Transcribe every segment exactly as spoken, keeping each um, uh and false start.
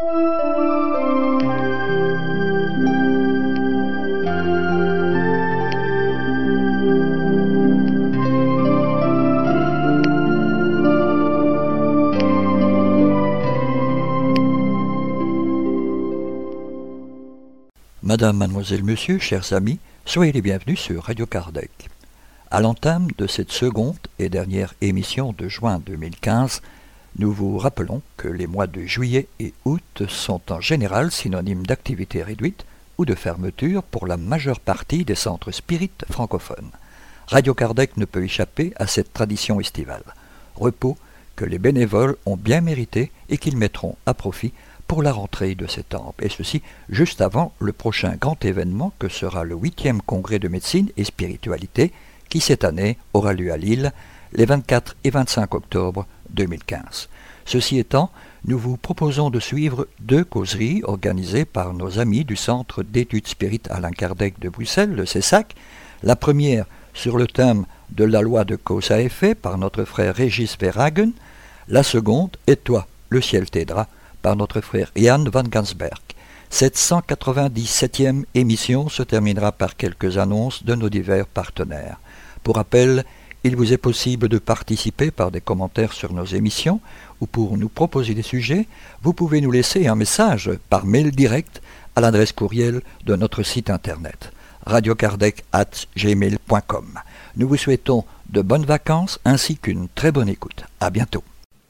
Madame, mademoiselle, monsieur, chers amis, soyez les bienvenus sur Radio Kardec. À l'entame de cette seconde et dernière émission de juin deux mille quinze, nous vous rappelons que les mois de juillet et août sont en général synonymes d'activité réduite ou de fermeture pour la majeure partie des centres spirites francophones. Radio Kardec ne peut échapper à cette tradition estivale. Repos que les bénévoles ont bien mérité et qu'ils mettront à profit pour la rentrée de septembre, et ceci juste avant le prochain grand événement que sera le huitième congrès de médecine et spiritualité qui cette année aura lieu à Lille les vingt-quatre et vingt-cinq octobre deux mille quinze. Ceci étant, nous vous proposons de suivre deux causeries organisées par nos amis du Centre d'études spirites Alain Kardec de Bruxelles, le C E S A C. La première sur le thème de la loi de cause à effet par notre frère Régis Verhagen. La seconde, Et toi, le ciel t'aidera, par notre frère Jan van Gansberg. Cette cent quatre-vingt-dix-septième émission se terminera par quelques annonces de nos divers partenaires. Pour rappel, il vous est possible de participer par des commentaires sur nos émissions ou pour nous proposer des sujets, vous pouvez nous laisser un message par mail direct à l'adresse courriel de notre site internet radiokardec arobase gmail point com. Nous vous souhaitons de bonnes vacances ainsi qu'une très bonne écoute. À bientôt.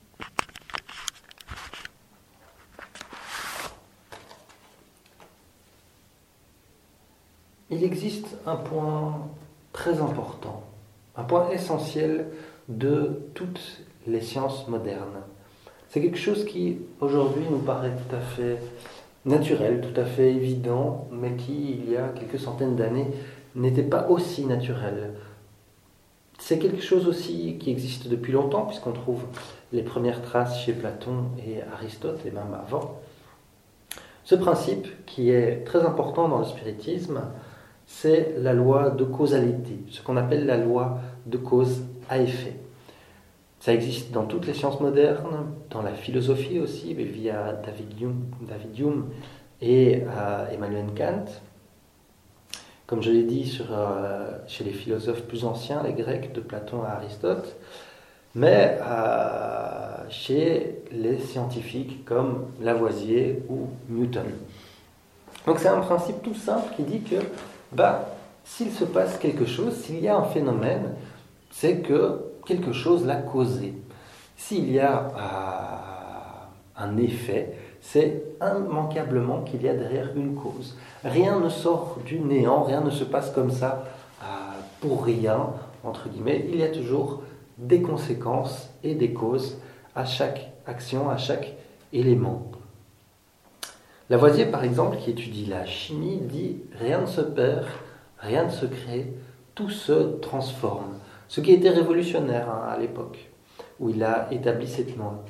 Il existe un point très important, un point essentiel de toutes les sciences modernes. C'est quelque chose qui, aujourd'hui, nous paraît tout à fait naturel, tout à fait évident, mais qui, il y a quelques centaines d'années, n'était pas aussi naturel. C'est quelque chose aussi qui existe depuis longtemps, puisqu'on trouve les premières traces chez Platon et Aristote, et même avant. Ce principe, qui est très important dans le spiritisme, c'est la loi de causalité, ce qu'on appelle la loi de cause à effet. Ça existe dans toutes les sciences modernes, dans la philosophie aussi, via David Hume, David Hume et euh, Emmanuel Kant. Comme je l'ai dit sur, euh, chez les philosophes plus anciens, les Grecs, de Platon à Aristote, mais euh, chez les scientifiques comme Lavoisier ou Newton. Donc c'est un principe tout simple qui dit que bah, s'il se passe quelque chose, s'il y a un phénomène, c'est que quelque chose l'a causé. S'il y a euh, un effet, c'est immanquablement qu'il y a derrière une cause. Rien ne sort du néant, rien ne se passe comme ça euh, pour rien, entre guillemets. Il y a toujours des conséquences et des causes à chaque action, à chaque élément. Lavoisier, par exemple, qui étudie la chimie, dit « rien ne se perd, rien ne se crée, tout se transforme ». Ce qui était révolutionnaire hein, à l'époque, où il a établi cette loi.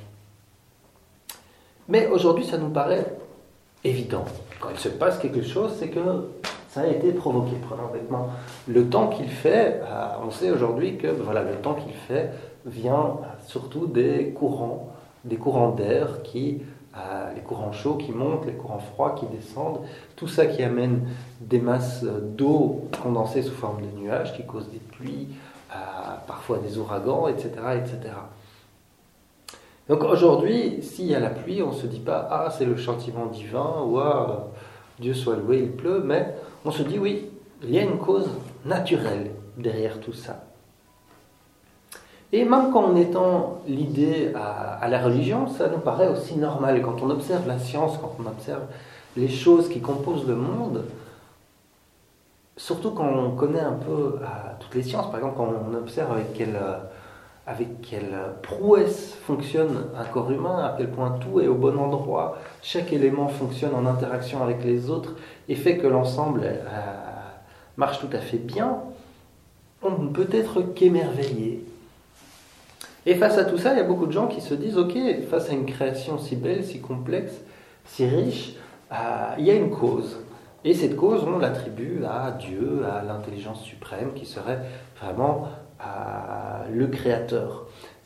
Mais aujourd'hui, ça nous paraît évident. Quand il se passe quelque chose, c'est que ça a été provoqué. Prenons bêtement le temps qu'il fait. Euh, on sait aujourd'hui que voilà, le temps qu'il fait vient surtout des courants, des courants d'air qui... Euh, les courants chauds qui montent, les courants froids qui descendent, tout ça qui amène des masses d'eau condensées sous forme de nuages, qui causent des pluies, euh, parfois des ouragans, et cetera, et cetera. Donc aujourd'hui, s'il y a la pluie, on ne se dit pas « Ah, c'est le châtiment divin » ou « Ah, Dieu soit loué, il pleut », mais on se dit « Oui, il y a une cause naturelle derrière tout ça ». Et même quand on étend l'idée à, à la religion, ça nous paraît aussi normal. Quand on observe la science, quand on observe les choses qui composent le monde, surtout quand on connaît un peu euh, toutes les sciences, par exemple quand on observe avec quelle, euh, avec quelle prouesse fonctionne un corps humain, à quel point tout est au bon endroit, chaque élément fonctionne en interaction avec les autres et fait que l'ensemble euh, marche tout à fait bien, on ne peut être qu'émerveillé. Et face à tout ça, il y a beaucoup de gens qui se disent « Ok, face à une création si belle, si complexe, si riche, euh, il y a une cause. » Et cette cause, on l'attribue à Dieu, à l'intelligence suprême, qui serait vraiment euh, le créateur.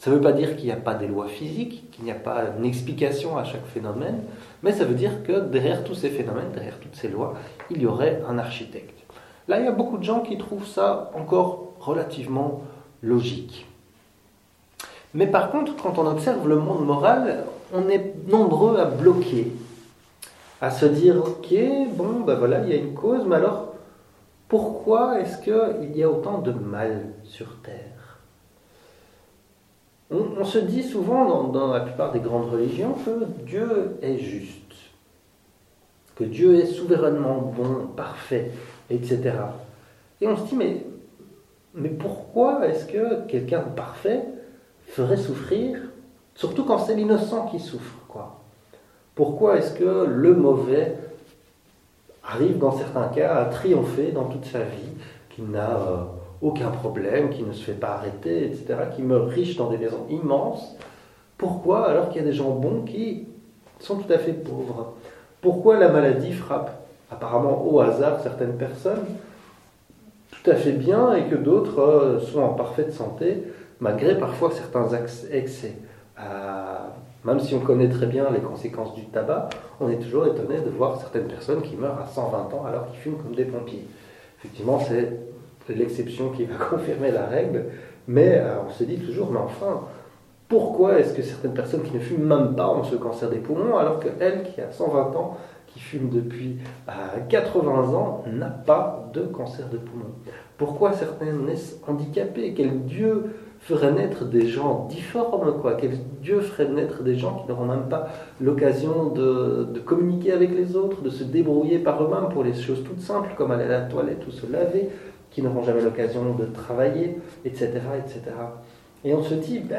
Ça ne veut pas dire qu'il n'y a pas des lois physiques, qu'il n'y a pas une explication à chaque phénomène, mais ça veut dire que derrière tous ces phénomènes, derrière toutes ces lois, il y aurait un architecte. Là, il y a beaucoup de gens qui trouvent ça encore relativement logique. Mais par contre, quand on observe le monde moral, on est nombreux à bloquer, à se dire, ok, bon, ben voilà, il y a une cause, mais alors, pourquoi est-ce qu'il y a autant de mal sur Terre ? on, on se dit souvent, dans, dans la plupart des grandes religions, que Dieu est juste, que Dieu est souverainement bon, parfait, et cetera. Et on se dit, mais, mais pourquoi est-ce que quelqu'un de parfait ferait souffrir, surtout quand c'est l'innocent qui souffre, quoi. Pourquoi est-ce que le mauvais arrive dans certains cas à triompher dans toute sa vie, qu'il n'a euh, aucun problème, qu'il ne se fait pas arrêter, et cetera, qui meurt riche dans des maisons immenses? Pourquoi, alors qu'il y a des gens bons qui sont tout à fait pauvres? Pourquoi la maladie frappe apparemment au hasard certaines personnes tout à fait bien et que d'autres euh, sont en parfaite santé, malgré parfois certains excès. Euh, même si on connaît très bien les conséquences du tabac, on est toujours étonné de voir certaines personnes qui meurent à cent vingt ans alors qu'ils fument comme des pompiers. Effectivement, c'est l'exception qui va confirmer la règle, mais euh, on se dit toujours, mais enfin, pourquoi est-ce que certaines personnes qui ne fument même pas ont ce cancer des poumons, alors qu'elle, qui a cent vingt ans, qui fume depuis euh, quatre-vingts ans, n'a pas de cancer de poumon? Pourquoi certains naissent handicapés? Quel Dieu ferait naître des gens difformes, quoi? Quel Dieu ferait naître des gens qui n'auront même pas l'occasion de, de communiquer avec les autres, de se débrouiller par eux-mêmes pour les choses toutes simples, comme aller à la toilette ou se laver, qui n'auront jamais l'occasion de travailler, et cetera, et cetera. Et on se dit, ben,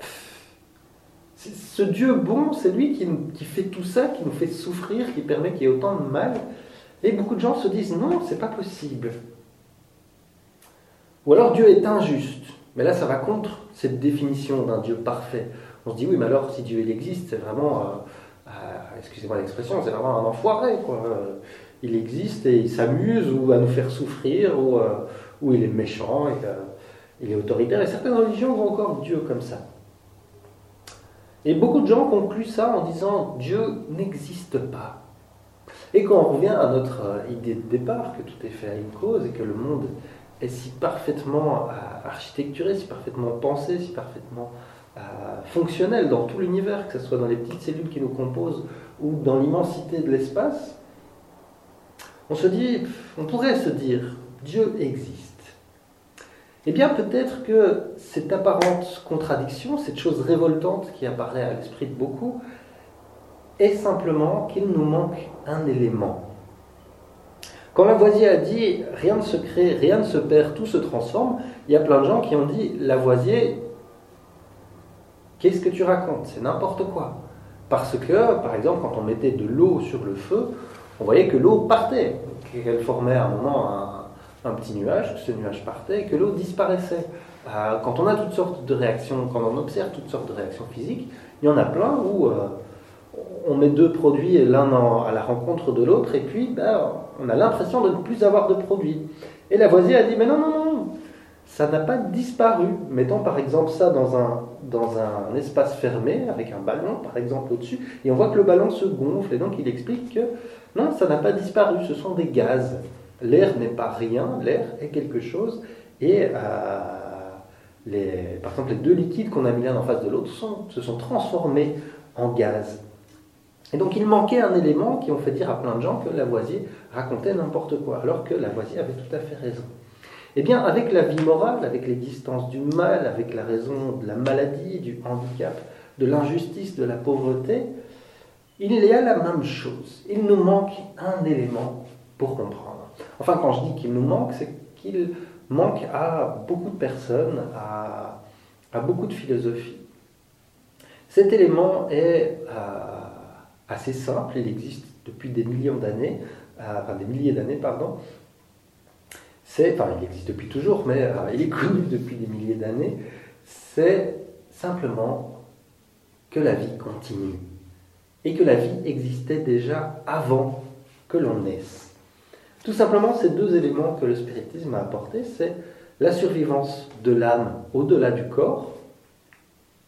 ce Dieu bon, c'est lui qui, qui fait tout ça, qui nous fait souffrir, qui permet qu'il y ait autant de mal. Et beaucoup de gens se disent, non, c'est pas possible. Ou alors Dieu est injuste. Mais là, ça va contre cette définition d'un Dieu parfait. On se dit, oui, mais alors, si Dieu il existe, c'est vraiment, euh, euh, excusez-moi l'expression, c'est vraiment un enfoiré, quoi. Il existe et il s'amuse ou à nous faire souffrir, ou, euh, ou il est méchant, et, euh, il est autoritaire. Et certaines religions ont encore Dieu comme ça. Et beaucoup de gens concluent ça en disant, Dieu n'existe pas. Et quand on revient à notre idée de départ, que tout est fait à une cause et que le monde est si parfaitement euh, architecturé, si parfaitement pensé, si parfaitement euh, fonctionnel dans tout l'univers, que ce soit dans les petites cellules qui nous composent ou dans l'immensité de l'espace, on se dit, on pourrait se dire, Dieu existe. Eh bien, peut-être que cette apparente contradiction, cette chose révoltante qui apparaît à l'esprit de beaucoup, est simplement qu'il nous manque un élément. Quand Lavoisier a dit « rien ne se crée, rien ne se perd, tout se transforme », il y a plein de gens qui ont dit « Lavoisier, qu'est-ce que tu racontes? C'est n'importe quoi ». Parce que, par exemple, quand on mettait de l'eau sur le feu, on voyait que l'eau partait, qu'elle formait à un moment un, un petit nuage, que ce nuage partait et que l'eau disparaissait. Euh, quand on a toutes sortes de réactions, quand on observe toutes sortes de réactions physiques, il y en a plein où... Euh, on met deux produits l'un à la rencontre de l'autre et puis ben, on a l'impression de ne plus avoir de produit. Et Lavoisier a dit mais non, non, non, ça n'a pas disparu. Mettons par exemple ça dans un, dans un espace fermé avec un ballon par exemple au-dessus et on voit que le ballon se gonfle et donc il explique que non, ça n'a pas disparu, ce sont des gaz. L'air n'est pas rien, l'air est quelque chose et euh, les, par exemple les deux liquides qu'on a mis l'un en face de l'autre sont, se sont transformés en gaz. Et donc il manquait un élément qui ont fait dire à plein de gens que Lavoisier racontait n'importe quoi, alors que Lavoisier avait tout à fait raison. Eh bien, avec la vie morale, avec l'existence du mal, avec la raison de la maladie, du handicap, de l'injustice, de la pauvreté, il y a la même chose. Il nous manque un élément pour comprendre. Enfin, quand je dis qu'il nous manque, c'est qu'il manque à beaucoup de personnes, à, à beaucoup de philosophies. Cet élément est... Euh, assez simple, il existe depuis des millions d'années, euh, enfin des milliers d'années, pardon. C'est, enfin, il existe depuis toujours, mais euh, il est connu depuis des milliers d'années. C'est simplement que la vie continue et que la vie existait déjà avant que l'on naisse. Tout simplement, ces deux éléments que le spiritisme a apportés, c'est la survivance de l'âme au-delà du corps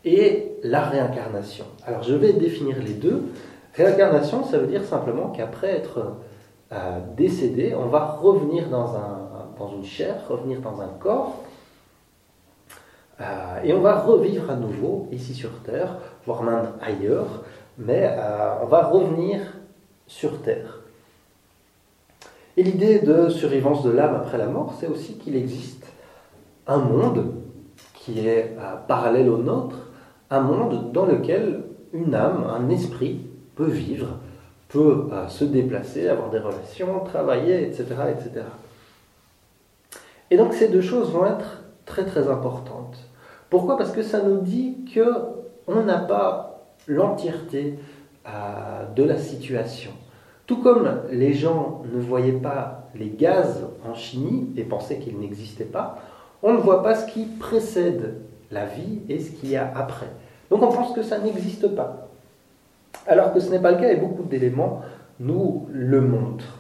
et la réincarnation. Alors je vais définir les deux. Réincarnation, ça veut dire simplement qu'après être euh, décédé, on va revenir dans, un, dans une chair, revenir dans un corps, euh, et on va revivre à nouveau ici sur Terre, voire même ailleurs, mais euh, on va revenir sur Terre. Et l'idée de survivance de l'âme après la mort, c'est aussi qu'il existe un monde qui est euh, parallèle au nôtre, un monde dans lequel une âme, un esprit peut vivre, peut euh, se déplacer, avoir des relations, travailler, et cetera, et cetera. Et donc ces deux choses vont être très très importantes. Pourquoi ? Parce que ça nous dit qu'on n'a pas l'entièreté euh, de la situation. Tout comme les gens ne voyaient pas les gaz en chimie et pensaient qu'ils n'existaient pas, on ne voit pas ce qui précède la vie et ce qu'il y a après. Donc on pense que ça n'existe pas. Alors que ce n'est pas le cas et beaucoup d'éléments nous le montrent.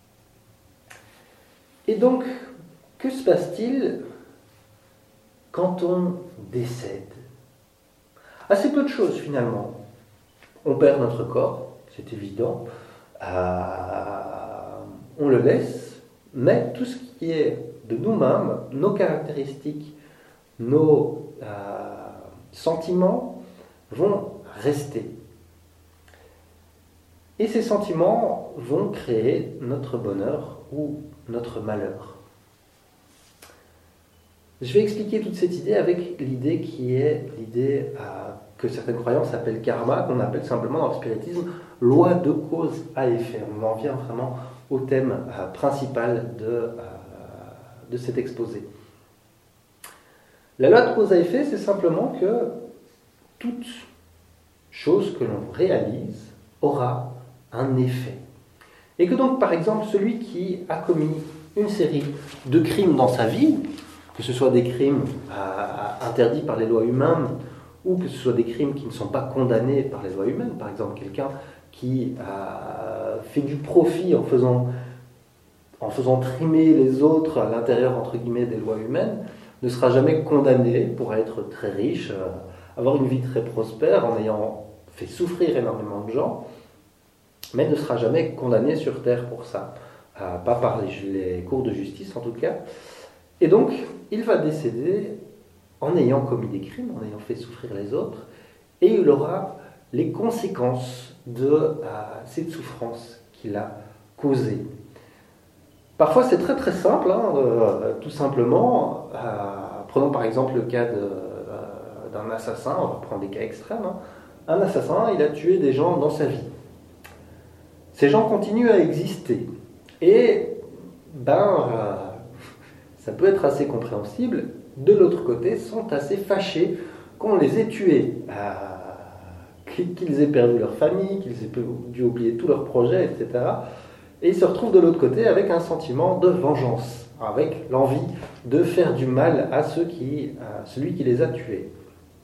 Et donc, que se passe-t-il quand on décède ? Assez peu de choses finalement. On perd notre corps, c'est évident. Euh, on le laisse, mais tout ce qui est de nous-mêmes, nos caractéristiques, nos euh, sentiments vont rester. Et ces sentiments vont créer notre bonheur ou notre malheur. Je vais expliquer toute cette idée avec l'idée qui est l'idée euh, que certaines croyances appellent karma, qu'on appelle simplement dans le spiritisme loi de cause à effet. On en vient vraiment au thème euh, principal de, euh, de cet exposé. La loi de cause à effet, c'est simplement que toute chose que l'on réalise aura un effet. Et que donc, par exemple, celui qui a commis une série de crimes dans sa vie, que ce soit des crimes euh, interdits par les lois humaines, ou que ce soit des crimes qui ne sont pas condamnés par les lois humaines, par exemple quelqu'un qui euh, fait du profit en faisant, en faisant trimer les autres à l'intérieur, entre guillemets, des lois humaines, ne sera jamais condamné pour être très riche, euh, avoir une vie très prospère en ayant fait souffrir énormément de gens, mais ne sera jamais condamné sur terre pour ça, euh, pas par les, les cours de justice en tout cas. Et donc, il va décéder en ayant commis des crimes, en ayant fait souffrir les autres, et il aura les conséquences de euh, cette souffrance qu'il a causée. Parfois, c'est très très simple, hein, euh, tout simplement. Euh, prenons par exemple le cas de, euh, d'un assassin, on va prendre des cas extrêmes. Hein. Un assassin, il a tué des gens dans sa vie. Ces gens continuent à exister. Et, ben, euh, ça peut être assez compréhensible. De l'autre côté, sont assez fâchés qu'on les ait tués, euh, qu'ils aient perdu leur famille, qu'ils aient dû oublier tous leurs projets, et cetera. Et ils se retrouvent de l'autre côté avec un sentiment de vengeance, avec l'envie de faire du mal à ceux qui, à celui qui les a tués.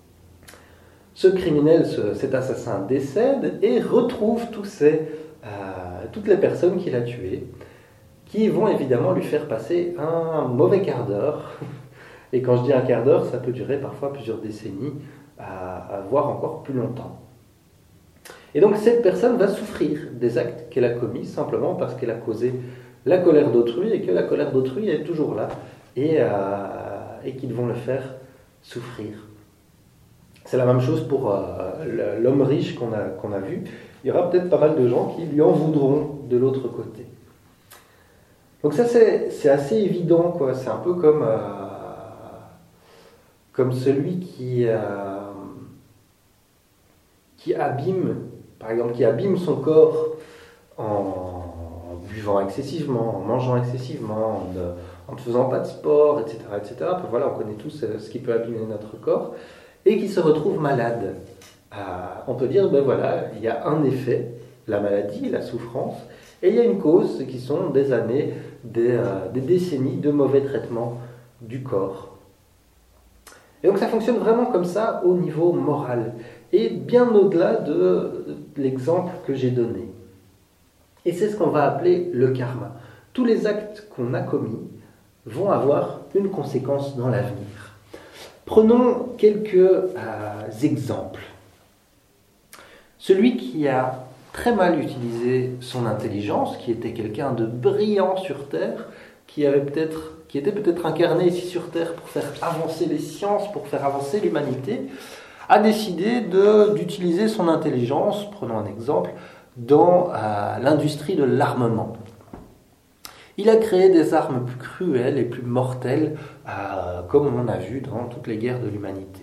Ce criminel, ce, cet assassin décède et retrouve tous ces, euh, toutes les personnes qu'il a tuées, qui vont évidemment lui faire passer un mauvais quart d'heure. Et quand je dis un quart d'heure, ça peut durer parfois plusieurs décennies, à, à voire encore plus longtemps. Et donc cette personne va souffrir des actes qu'elle a commis simplement parce qu'elle a causé la colère d'autrui et que la colère d'autrui est toujours là et, euh, et qu'ils vont le faire souffrir. C'est la même chose pour euh, l'homme riche qu'on a, qu'on a vu. Il y aura peut-être pas mal de gens qui lui en voudront de l'autre côté. Donc ça c'est, c'est assez évident, quoi. C'est un peu comme... Euh, comme celui qui, euh, qui abîme, par exemple, qui abîme son corps en, en buvant excessivement, en mangeant excessivement, en ne, en ne faisant pas de sport, et cetera, et cetera. Enfin, voilà, on connaît tous ce qui peut abîmer notre corps, et qui se retrouve malade. Euh, on peut dire, ben voilà, il y a un effet, la maladie, la souffrance, et il y a une cause qui sont des années, des, euh, des décennies de mauvais traitements du corps. Et donc ça fonctionne vraiment comme ça au niveau moral, et bien au-delà de l'exemple que j'ai donné. Et c'est ce qu'on va appeler le karma. Tous les actes qu'on a commis vont avoir une conséquence dans l'avenir. Prenons quelques euh, exemples. Celui qui a très mal utilisé son intelligence, qui était quelqu'un de brillant sur Terre, qui, avait peut-être, qui était peut-être incarné ici sur Terre pour faire avancer les sciences, pour faire avancer l'humanité, a décidé de, d'utiliser son intelligence, prenons un exemple, dans euh, l'industrie de l'armement. Il a créé des armes plus cruelles et plus mortelles, euh, comme on a vu dans toutes les guerres de l'humanité.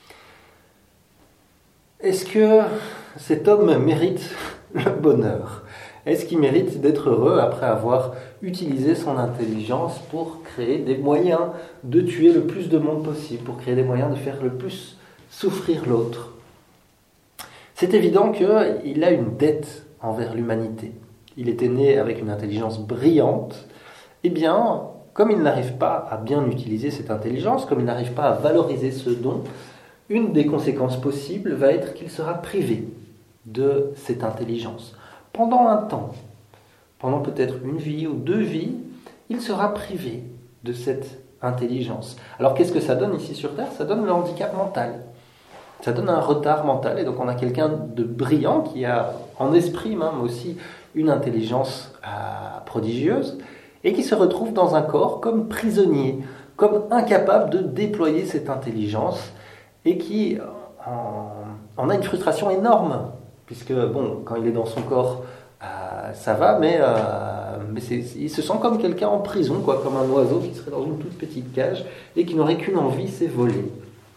Est-ce que cet homme mérite le bonheur? Est-ce qu'il mérite d'être heureux après avoir utilisé son intelligence pour créer des moyens de tuer le plus de monde possible, pour créer des moyens de faire le plus souffrir l'autre? C'est évident qu'il a une dette envers l'humanité. Il était né avec une intelligence brillante. Eh bien, comme il n'arrive pas à bien utiliser cette intelligence, comme il n'arrive pas à valoriser ce don, une des conséquences possibles va être qu'il sera privé de cette intelligence. Pendant un temps, pendant peut-être une vie ou deux vies, il sera privé de cette intelligence. Alors qu'est-ce que ça donne ici sur Terre? Ça donne le handicap mental. Ça donne un retard mental, et donc on a quelqu'un de brillant qui a en esprit même aussi une intelligence euh, prodigieuse, et qui se retrouve dans un corps comme prisonnier, comme incapable de déployer cette intelligence, et qui en, en a une frustration énorme, puisque bon, quand il est dans son corps, euh, ça va, mais, euh, mais c'est, il se sent comme quelqu'un en prison, quoi, comme un oiseau qui serait dans une toute petite cage, et qui n'aurait qu'une envie, c'est voler.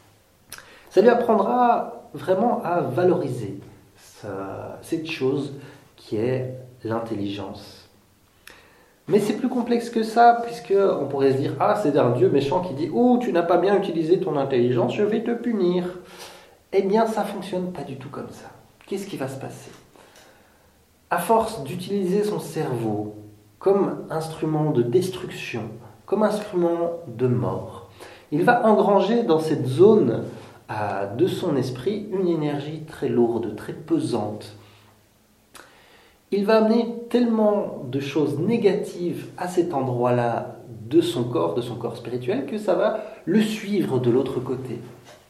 Ça lui apprendra vraiment à valoriser ça, cette chose qui est l'intelligence. Mais c'est plus complexe que ça, puisqu'on pourrait se dire « Ah, c'est un Dieu méchant qui dit « Oh, tu n'as pas bien utilisé ton intelligence, je vais te punir. » Eh bien, ça ne fonctionne pas du tout comme ça. Qu'est-ce qui va se passer? À force d'utiliser son cerveau comme instrument de destruction, comme instrument de mort, il va engranger dans cette zone de son esprit une énergie très lourde, très pesante. Il va amener tellement de choses négatives à cet endroit-là de son corps, de son corps spirituel, que ça va le suivre de l'autre côté.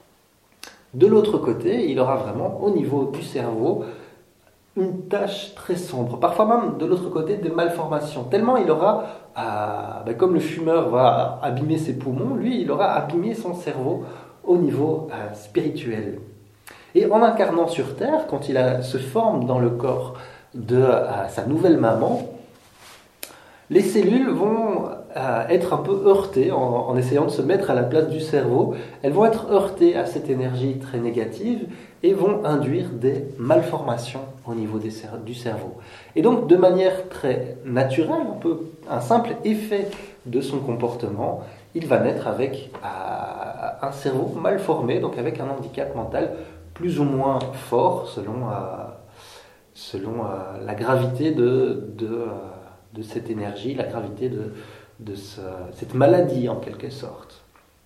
De l'autre côté, il aura vraiment, au niveau du cerveau, une tâche très sombre. Parfois même, de l'autre côté, des malformations. Tellement il aura, euh, ben comme le fumeur va abîmer ses poumons, lui, il aura abîmé son cerveau au niveau euh, spirituel. Et en incarnant sur Terre, quand il a, se forme dans le corps de euh, sa nouvelle maman, les cellules vont euh, être un peu heurtées en, en essayant de se mettre à la place du cerveau. Elles vont être heurtées à cette énergie très négative et vont induire des malformations au niveau des cer- du cerveau. Et donc, de manière très naturelle, un peu un simple effet de son comportement, il va naître avec euh, un cerveau mal formé, donc avec un handicap mental plus ou moins fort selon, euh, selon euh, la gravité de, de, euh, de cette énergie, la gravité de, de ce, cette maladie en quelque sorte.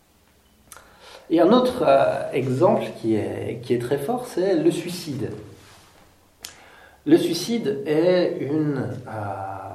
Et un autre euh, exemple qui est, qui est très fort, c'est le suicide. Le suicide est une, euh,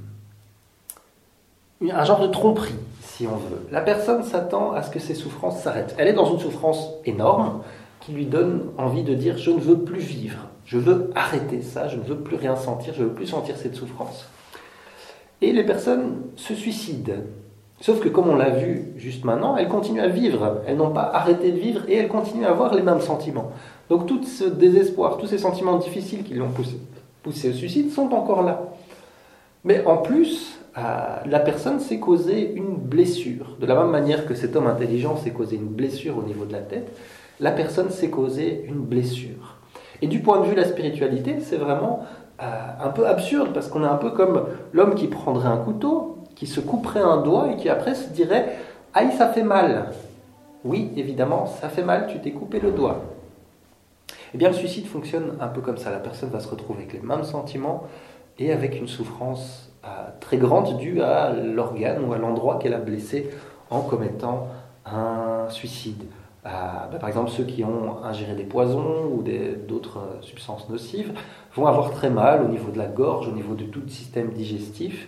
une, un genre de tromperie, si on veut. La personne s'attend à ce que ses souffrances s'arrêtent. Elle est dans une souffrance énorme qui lui donne envie de dire « je ne veux plus vivre, je veux arrêter ça, je ne veux plus rien sentir, je ne veux plus sentir cette souffrance ». Et les personnes se suicident. Sauf que, comme on l'a vu juste maintenant, elles continuent à vivre. Elles n'ont pas arrêté de vivre et elles continuent à avoir les mêmes sentiments. Donc tout ce désespoir, tous ces sentiments difficiles qui l'ont poussé, poussé au suicide sont encore là. Mais en plus, euh, la personne s'est causé une blessure. De la même manière que cet homme intelligent s'est causé une blessure au niveau de la tête, la personne s'est causé une blessure. Et du point de vue de la spiritualité, c'est vraiment euh, un peu absurde, parce qu'on est un peu comme l'homme qui prendrait un couteau, qui se couperait un doigt et qui après se dirait « Aïe, ça fait mal !» Oui, évidemment, ça fait mal, tu t'es coupé le doigt. Eh bien, le suicide fonctionne un peu comme ça. La personne va se retrouver avec les mêmes sentiments et avec une souffrance euh, très grande due à l'organe ou à l'endroit qu'elle a blessé en commettant un suicide. Euh, ben, par exemple, ceux qui ont ingéré des poisons ou des, d'autres euh, substances nocives vont avoir très mal au niveau de la gorge, au niveau de tout le système digestif,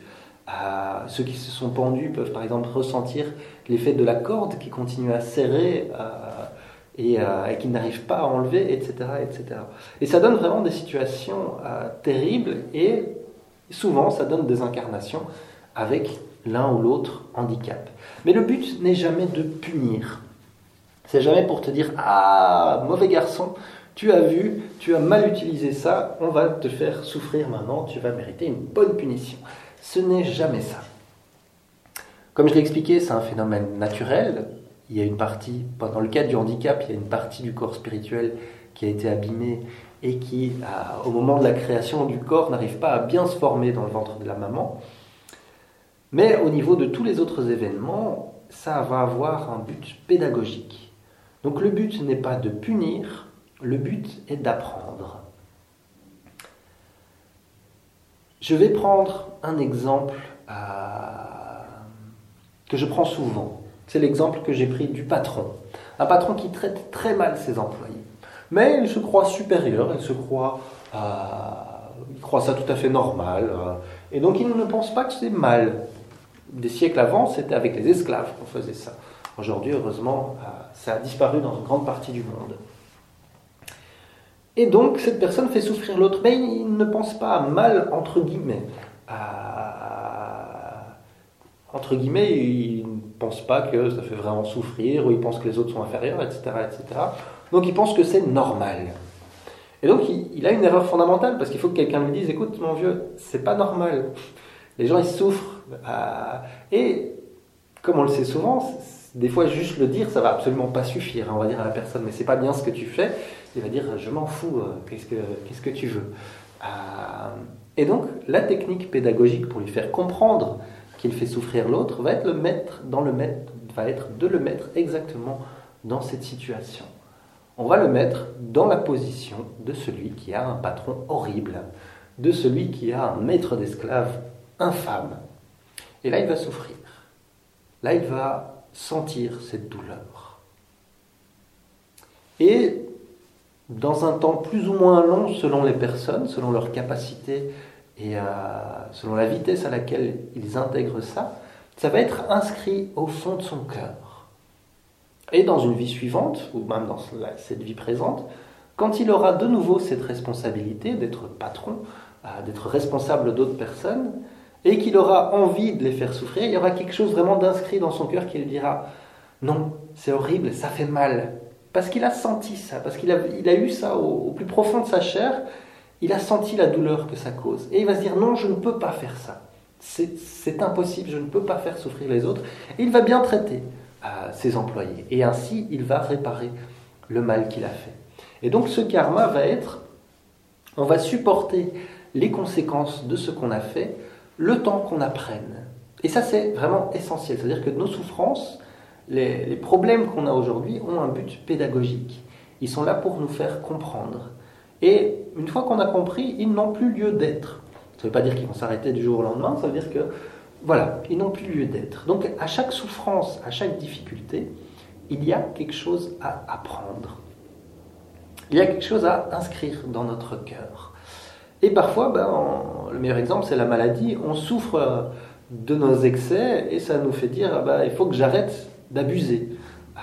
Euh, ceux qui se sont pendus peuvent par exemple ressentir l'effet de la corde qui continue à serrer euh, et, euh, et qui n'arrive pas à enlever, et cetera, et cetera. Et ça donne vraiment des situations euh, terribles et souvent ça donne des incarnations avec l'un ou l'autre handicap. Mais le but n'est jamais de punir. C'est jamais pour te dire « Ah, mauvais garçon, tu as vu, tu as mal utilisé ça, on va te faire souffrir maintenant, tu vas mériter une bonne punition. » Ce n'est jamais ça. Comme je l'ai expliqué, c'est un phénomène naturel. Il y a une partie, dans le cadre du handicap, il y a une partie du corps spirituel qui a été abîmée et qui, au moment de la création du corps, n'arrive pas à bien se former dans le ventre de la maman. Mais au niveau de tous les autres événements, ça va avoir un but pédagogique. Donc le but n'est pas de punir, le but est d'apprendre. Je vais prendre un exemple euh, que je prends souvent. C'est l'exemple que j'ai pris du patron. Un patron qui traite très mal ses employés. Mais il se croit supérieur, il se croit, euh, il croit ça tout à fait normal. Euh, et donc il ne pense pas que c'est mal. Des siècles avant, c'était avec les esclaves qu'on faisait ça. Aujourd'hui, heureusement, euh, ça a disparu dans une grande partie du monde. Et donc, cette personne fait souffrir l'autre, mais il ne pense pas à mal, entre guillemets. Euh, entre guillemets, il ne pense pas que ça fait vraiment souffrir, ou il pense que les autres sont inférieurs, et cetera, et cetera. Donc, il pense que c'est normal. Et donc, il, il a une erreur fondamentale, parce qu'il faut que quelqu'un lui dise « Écoute, mon vieux, c'est pas normal. Les gens, ils souffrent. Euh, » Et, comme on le sait souvent, des fois, juste le dire, ça va absolument pas suffire. Hein, on va dire à la personne « Mais c'est pas bien ce que tu fais. » Il va dire « Je m'en fous, qu'est-ce que, qu'est-ce que tu veux ?» euh, Et donc, la technique pédagogique pour lui faire comprendre qu'il fait souffrir l'autre va être, le mettre dans le mettre, va être de le mettre exactement dans cette situation. On va le mettre dans la position de celui qui a un patron horrible, de celui qui a un maître d'esclaves infâme. Et là, il va souffrir. Là, il va sentir cette douleur. Et dans un temps plus ou moins long selon les personnes, selon leur capacité et euh, selon la vitesse à laquelle ils intègrent ça, ça va être inscrit au fond de son cœur. Et dans une vie suivante, ou même dans cette vie présente, quand il aura de nouveau cette responsabilité d'être patron, euh, d'être responsable d'autres personnes, et qu'il aura envie de les faire souffrir, il y aura quelque chose vraiment d'inscrit dans son cœur qui lui dira « Non, c'est horrible, ça fait mal ». Parce qu'il a senti ça, parce qu'il a, il a eu ça au, au plus profond de sa chair, il a senti la douleur que ça cause. Et il va se dire, non, je ne peux pas faire ça. C'est, c'est impossible, je ne peux pas faire souffrir les autres. Et il va bien traiter euh, ses employés. Et ainsi, il va réparer le mal qu'il a fait. Et donc ce karma va être, on va supporter les conséquences de ce qu'on a fait, le temps qu'on apprenne. Et ça, c'est vraiment essentiel. C'est-à-dire que nos souffrances, Les, les problèmes qu'on a aujourd'hui ont un but pédagogique. Ils sont là pour nous faire comprendre. Et une fois qu'on a compris, ils n'ont plus lieu d'être. Ça ne veut pas dire qu'ils vont s'arrêter du jour au lendemain, ça veut dire que, voilà, ils n'ont plus lieu d'être. Donc, à chaque souffrance, à chaque difficulté, il y a quelque chose à apprendre. Il y a quelque chose à inscrire dans notre cœur. Et parfois, ben, on, le meilleur exemple, c'est la maladie. On souffre de nos excès et ça nous fait dire, ah ben, il faut que j'arrête d'abuser. Euh,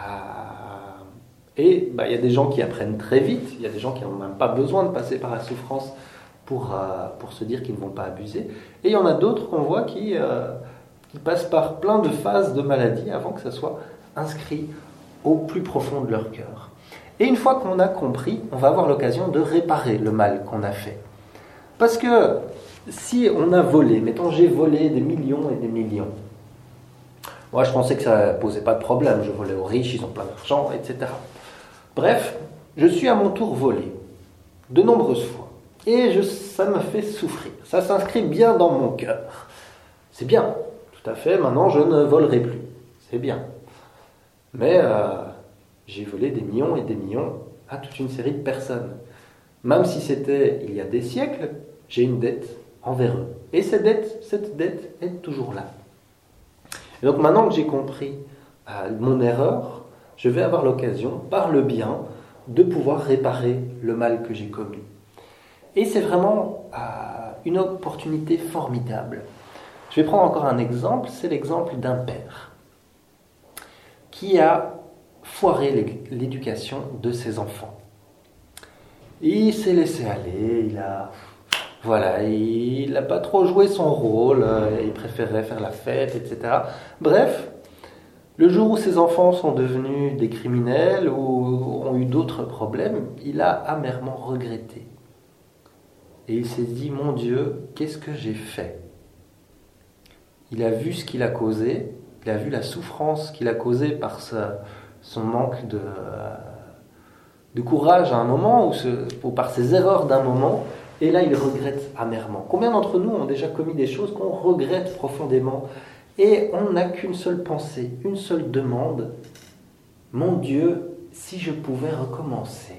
et bah, y a des gens qui apprennent très vite, il y a des gens qui n'ont même pas besoin de passer par la souffrance pour, euh, pour se dire qu'ils ne vont pas abuser. Et il y en a d'autres qu'on voit qui, euh, qui passent par plein de phases de maladie avant que ça soit inscrit au plus profond de leur cœur. Et une fois qu'on a compris, on va avoir l'occasion de réparer le mal qu'on a fait. Parce que si on a volé, mettons j'ai volé des millions et des millions, moi, je pensais que ça ne posait pas de problème. Je volais aux riches, ils ont plein d'argent, et cetera. Bref, je suis à mon tour volé, de nombreuses fois. Et je, ça me fait souffrir. Ça s'inscrit bien dans mon cœur. C'est bien, tout à fait. Maintenant, je ne volerai plus. C'est bien. Mais euh, j'ai volé des millions et des millions à toute une série de personnes. Même si c'était il y a des siècles, j'ai une dette envers eux. Et cette dette, cette dette est toujours là. Et donc maintenant que j'ai compris euh, mon erreur, je vais avoir l'occasion, par le bien, de pouvoir réparer le mal que j'ai commis. Et c'est vraiment euh, une opportunité formidable. Je vais prendre encore un exemple, c'est l'exemple d'un père qui a foiré l'éducation de ses enfants. Il s'est laissé aller, il a, voilà, il n'a pas trop joué son rôle, il préférait faire la fête, et cetera. Bref, le jour où ses enfants sont devenus des criminels ou ont eu d'autres problèmes, il a amèrement regretté. Et il s'est dit, mon Dieu, qu'est-ce que j'ai fait ? Il a vu ce qu'il a causé, il a vu la souffrance qu'il a causée par sa, son manque de, de courage à un moment, ou, ce, ou par ses erreurs d'un moment, et là il regrette amèrement. Combien d'entre nous ont déjà commis des choses qu'on regrette profondément, et on n'a qu'une seule pensée, une seule demande, mon Dieu, si je pouvais recommencer.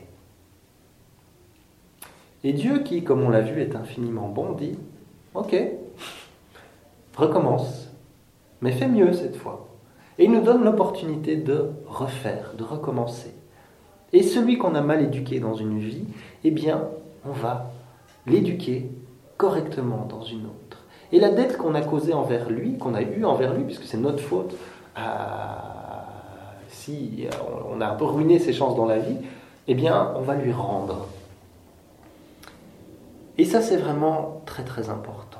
Et Dieu qui, comme on l'a vu, est infiniment bon, dit, ok, recommence, mais fais mieux cette fois. Et il nous donne l'opportunité de refaire, de recommencer. Et celui qu'on a mal éduqué dans une vie, eh bien, on va l'éduquer correctement dans une autre. Et la dette qu'on a causée envers lui, qu'on a eue envers lui, puisque c'est notre faute, euh, si on a un peu ruiné ses chances dans la vie, eh bien, on va lui rendre. Et ça, c'est vraiment très très important.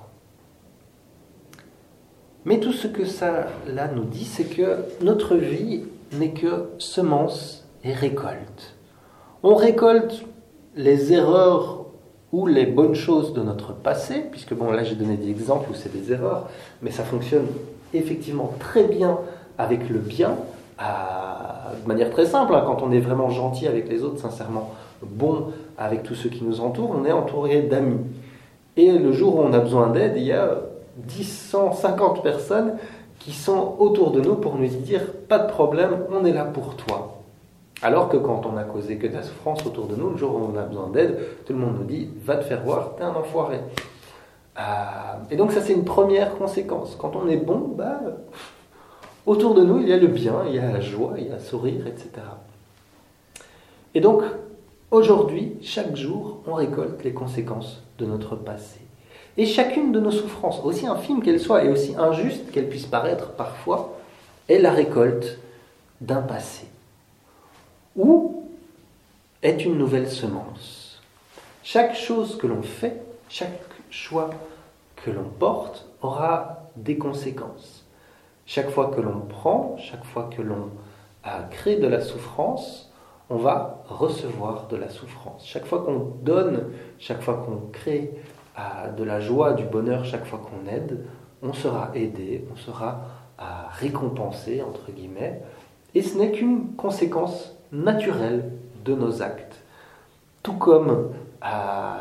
Mais tout ce que ça là nous dit, c'est que notre vie n'est que semence et récolte. On récolte les erreurs ou les bonnes choses de notre passé, puisque bon là j'ai donné des exemples où c'est des erreurs, mais ça fonctionne effectivement très bien avec le bien, à, de manière très simple, hein, quand on est vraiment gentil avec les autres, sincèrement bon avec tous ceux qui nous entourent, on est entouré d'amis. Et le jour où on a besoin d'aide, il y a dix, cent, cinquante personnes qui sont autour de nous pour nous dire « pas de problème, on est là pour toi ». Alors que quand on a causé que de la souffrance autour de nous, le jour où on a besoin d'aide, tout le monde nous dit « va te faire voir, t'es un enfoiré ». Euh, et donc ça c'est une première conséquence. Quand on est bon, bah, autour de nous il y a le bien, il y a la joie, il y a le sourire, et cetera. Et donc aujourd'hui, chaque jour, on récolte les conséquences de notre passé. Et chacune de nos souffrances, aussi infime qu'elle soit et aussi injuste qu'elle puisse paraître parfois, est la récolte d'un passé. Ou est une nouvelle semence. Chaque chose que l'on fait, chaque choix que l'on porte aura des conséquences. Chaque fois que l'on prend, chaque fois que l'on crée de la souffrance, on va recevoir de la souffrance. Chaque fois qu'on donne, chaque fois qu'on crée de la joie, du bonheur, chaque fois qu'on aide, on sera aidé, on sera récompensé, entre guillemets, et ce n'est qu'une conséquence naturelle de nos actes. Tout comme, euh,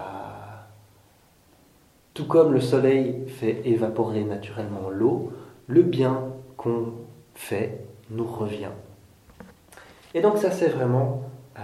tout comme le soleil fait évaporer naturellement l'eau, le bien qu'on fait nous revient. Et donc ça c'est vraiment euh,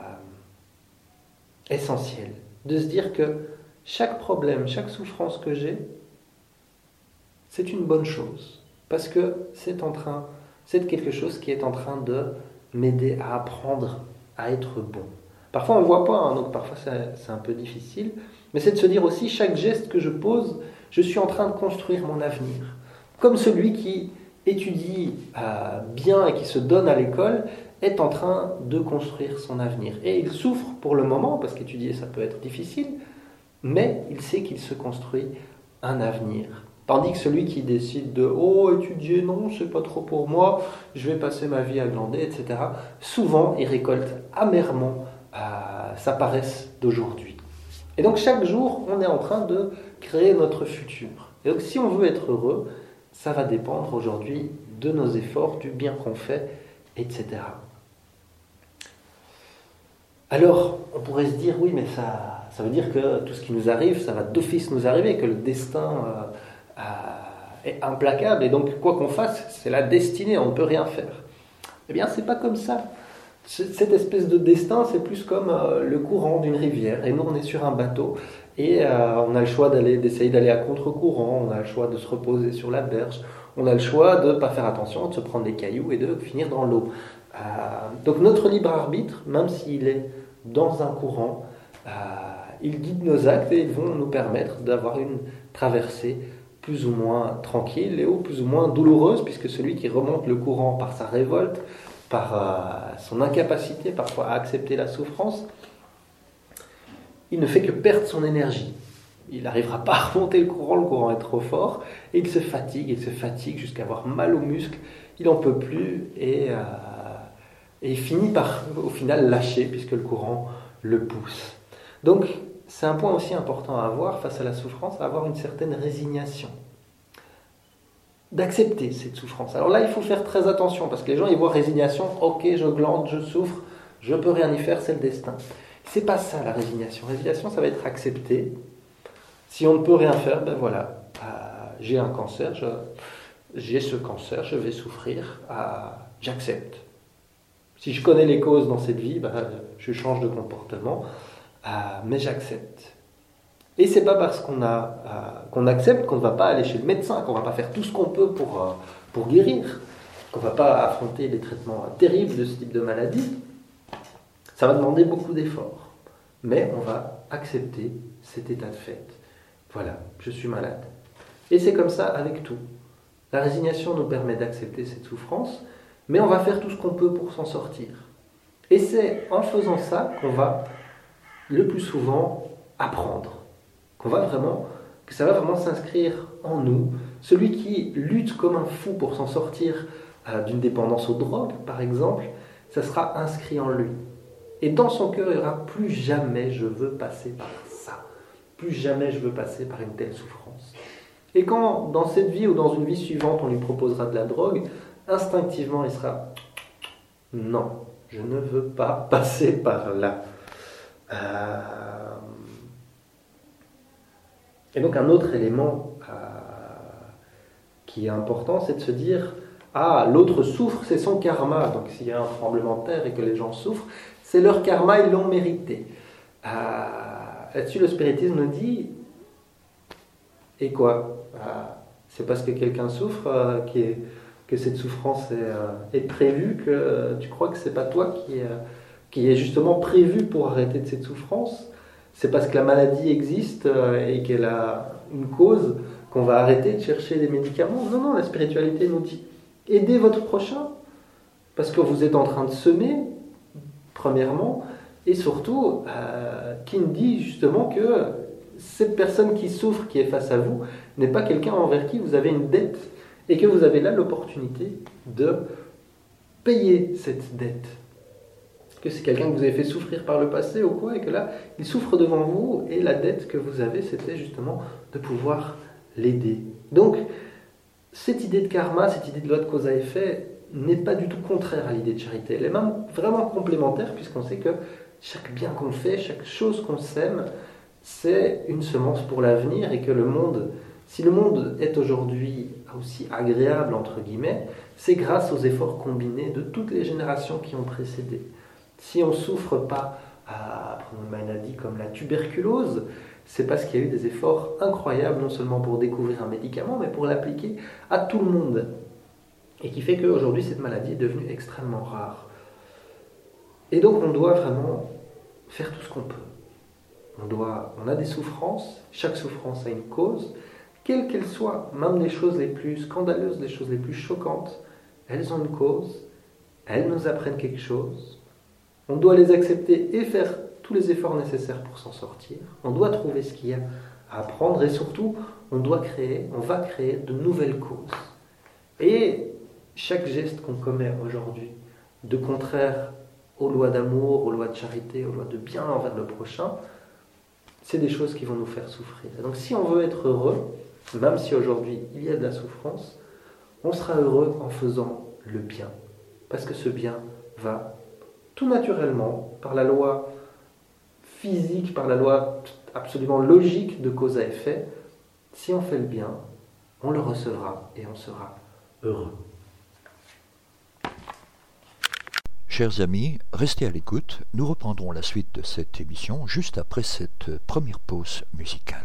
essentiel, de se dire que chaque problème, chaque souffrance que j'ai, c'est une bonne chose. Parce que c'est en train, c'est quelque chose qui est en train de m'aider à apprendre à être bon. Parfois on ne le voit pas, hein, donc parfois c'est, c'est un peu difficile. Mais c'est de se dire aussi, chaque geste que je pose, je suis en train de construire mon avenir. Comme celui qui étudie euh, bien et qui se donne à l'école, est en train de construire son avenir. Et il souffre pour le moment, parce qu'étudier ça peut être difficile, mais il sait qu'il se construit un avenir. Tandis que celui qui décide de « oh, étudier, non, c'est pas trop pour moi, je vais passer ma vie à glander, et cetera » souvent, il récolte amèrement euh, sa paresse d'aujourd'hui. Et donc, chaque jour, on est en train de créer notre futur. Et donc, si on veut être heureux, ça va dépendre aujourd'hui de nos efforts, du bien qu'on fait, et cetera. Alors, on pourrait se dire « oui, mais ça, ça veut dire que tout ce qui nous arrive, ça va d'office nous arriver, que le destin... Euh, Euh, est implacable et donc quoi qu'on fasse c'est la destinée, on ne peut rien faire. Eh bien c'est pas comme ça. Cette espèce de destin c'est plus comme euh, le courant d'une rivière et nous on est sur un bateau et euh, on a le choix d'aller, d'essayer d'aller à contre-courant, on a le choix de se reposer sur la berge, on a le choix de ne pas faire attention, de se prendre des cailloux et de finir dans l'eau. Euh, donc notre libre arbitre, même s'il est dans un courant, euh, il guide nos actes et ils vont nous permettre d'avoir une traversée plus ou moins tranquille et ou plus ou moins douloureuse, puisque celui qui remonte le courant par sa révolte, par euh, son incapacité parfois à accepter la souffrance, il ne fait que perdre son énergie. Il n'arrivera pas à remonter le courant, le courant est trop fort, et il se fatigue, il se fatigue jusqu'à avoir mal aux muscles, il n'en peut plus, et, euh, et il finit par, au final, lâcher, puisque le courant le pousse. Donc, c'est un point aussi important à avoir face à la souffrance, à avoir une certaine résignation. D'accepter cette souffrance. Alors là, il faut faire très attention, parce que les gens, ils voient résignation, ok, je glande, je souffre, je peux rien y faire, c'est le destin. C'est pas ça la résignation. Résignation, ça va être accepter. Si on ne peut rien faire, ben voilà, euh, j'ai un cancer, je, j'ai ce cancer, je vais souffrir, euh, j'accepte. Si je connais les causes dans cette vie, ben, je change de comportement, euh, mais j'accepte. Et c'est pas parce qu'on, a, euh, qu'on accepte qu'on ne va pas aller chez le médecin, qu'on ne va pas faire tout ce qu'on peut pour, euh, pour guérir, qu'on ne va pas affronter les traitements terribles de ce type de maladie. Ça va demander beaucoup d'efforts, mais on va accepter cet état de fait. Voilà, je suis malade. Et c'est comme ça avec tout. La résignation nous permet d'accepter cette souffrance, mais on va faire tout ce qu'on peut pour s'en sortir. Et c'est en faisant ça qu'on va le plus souvent apprendre, qu'on va vraiment, que ça va vraiment s'inscrire en nous. Celui qui lutte comme un fou pour s'en sortir euh, d'une dépendance aux drogues, par exemple, ça sera inscrit en lui. Et dans son cœur, il n'y aura plus jamais je veux passer par ça. Plus jamais je veux passer par une telle souffrance. Et quand, dans cette vie ou dans une vie suivante, on lui proposera de la drogue, instinctivement, il sera « Non, je ne veux pas passer par là. Euh... » Et donc un autre élément euh, qui est important, c'est de se dire « Ah, l'autre souffre, c'est son karma. » Donc s'il y a un tremblement de terre et que les gens souffrent, c'est leur karma, ils l'ont mérité. Euh, là-dessus, le spiritisme nous dit « Et quoi euh, c'est parce que quelqu'un souffre euh, qui est, que cette souffrance est, euh, est prévue que euh, tu crois que c'est pas toi qui, euh, qui est justement prévu pour arrêter de cette souffrance. C'est parce que la maladie existe euh, et qu'elle a une cause qu'on va arrêter de chercher des médicaments. Non, non, la spiritualité nous dit « Aidez votre prochain parce que vous êtes en train de semer, premièrement, et surtout, euh, qui nous dit justement que cette personne qui souffre, qui est face à vous, n'est pas quelqu'un envers qui vous avez une dette et que vous avez là l'opportunité de payer cette dette. Que c'est quelqu'un que vous avez fait souffrir par le passé ou quoi, et que là, il souffre devant vous et la dette que vous avez, c'était justement de pouvoir l'aider. Donc, cette idée de karma, cette idée de loi de cause à effet n'est pas du tout contraire à l'idée de charité. Elle est même vraiment complémentaire puisqu'on sait que chaque bien qu'on fait, chaque chose qu'on sème, c'est une semence pour l'avenir et que le monde, si le monde est aujourd'hui aussi agréable, entre guillemets, c'est grâce aux efforts combinés de toutes les générations qui ont précédé. Si on ne souffre pas à une maladie comme la tuberculose, c'est parce qu'il y a eu des efforts incroyables, non seulement pour découvrir un médicament, mais pour l'appliquer à tout le monde. Et qui fait qu'aujourd'hui, cette maladie est devenue extrêmement rare. Et donc, on doit vraiment faire tout ce qu'on peut. On, doit, on a des souffrances, chaque souffrance a une cause, quelle qu'elle soit, même les choses les plus scandaleuses, les choses les plus choquantes, elles ont une cause, elles nous apprennent quelque chose. On doit les accepter et faire tous les efforts nécessaires pour s'en sortir. On doit trouver ce qu'il y a à apprendre et surtout, on doit créer, on va créer de nouvelles causes. Et chaque geste qu'on commet aujourd'hui, de contraire aux lois d'amour, aux lois de charité, aux lois de bien envers le prochain, c'est des choses qui vont nous faire souffrir. Et donc si on veut être heureux, même si aujourd'hui il y a de la souffrance, on sera heureux en faisant le bien. Parce que ce bien va tout naturellement, par la loi physique, par la loi absolument logique de cause à effet, si on fait le bien, on le recevra et on sera heureux. Chers amis, restez à l'écoute, nous reprendrons la suite de cette émission juste après cette première pause musicale.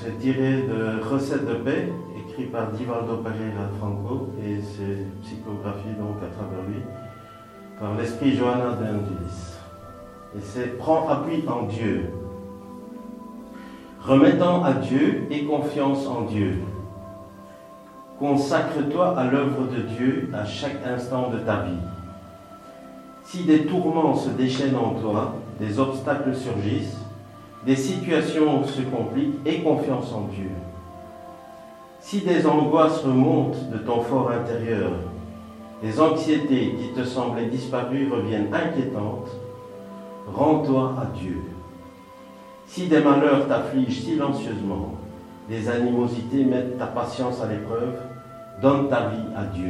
c'est tiré de Recettes de paix, écrit par Divaldo Pereira Franco, et c'est psychographie donc à travers lui, par l'esprit Johanna de Angelis. Et c'est « Prends appui en Dieu ». Remettant à Dieu et confiance en Dieu. Consacre-toi à l'œuvre de Dieu à chaque instant de ta vie. Si des tourments se déchaînent en toi, des obstacles surgissent, des situations se compliquent, aie confiance en Dieu. Si des angoisses remontent de ton fort intérieur, des anxiétés qui te semblaient disparues reviennent inquiétantes, rends-toi à Dieu. Si des malheurs t'affligent silencieusement, des animosités mettent ta patience à l'épreuve, donne ta vie à Dieu.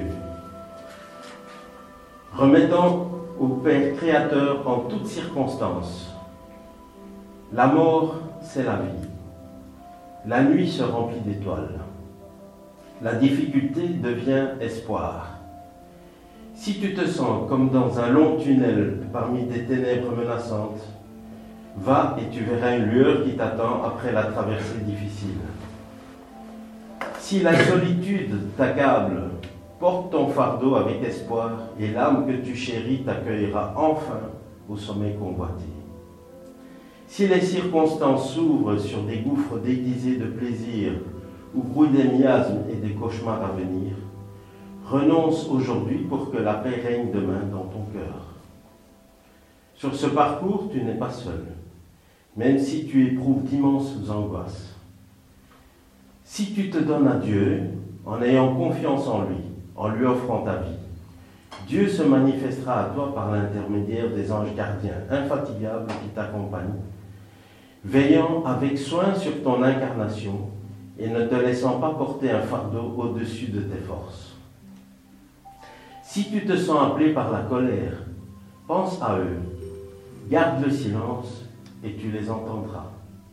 Remettant au Père Créateur en toutes circonstances. La mort, c'est la vie. La nuit se remplit d'étoiles. La difficulté devient espoir. Si tu te sens comme dans un long tunnel parmi des ténèbres menaçantes, va et tu verras une lueur qui t'attend après la traversée difficile. Si la solitude t'accable, porte ton fardeau avec espoir et l'âme que tu chéris t'accueillera enfin au sommet convoité. Si les circonstances s'ouvrent sur des gouffres déguisés de plaisir ou grouillent des miasmes et des cauchemars à venir, renonce aujourd'hui pour que la paix règne demain dans ton cœur. Sur ce parcours, tu n'es pas seul, même si tu éprouves d'immenses angoisses. Si tu te donnes à Dieu, en ayant confiance en lui, en lui offrant ta vie, Dieu se manifestera à toi par l'intermédiaire des anges gardiens infatigables qui t'accompagnent, veillant avec soin sur ton incarnation et ne te laissant pas porter un fardeau au-dessus de tes forces. Si tu te sens appelé par la colère, pense à eux, garde le silence et tu les entendras.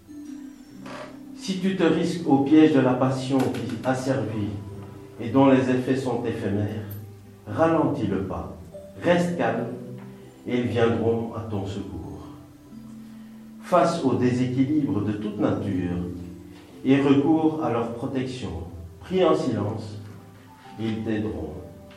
Si tu te risques au piège de la passion qui asservit et dont les effets sont éphémères, ralentis le pas, reste calme et ils viendront à ton secours. Face au déséquilibre de toute nature et recours à leur protection, prie en silence, ils t'aideront.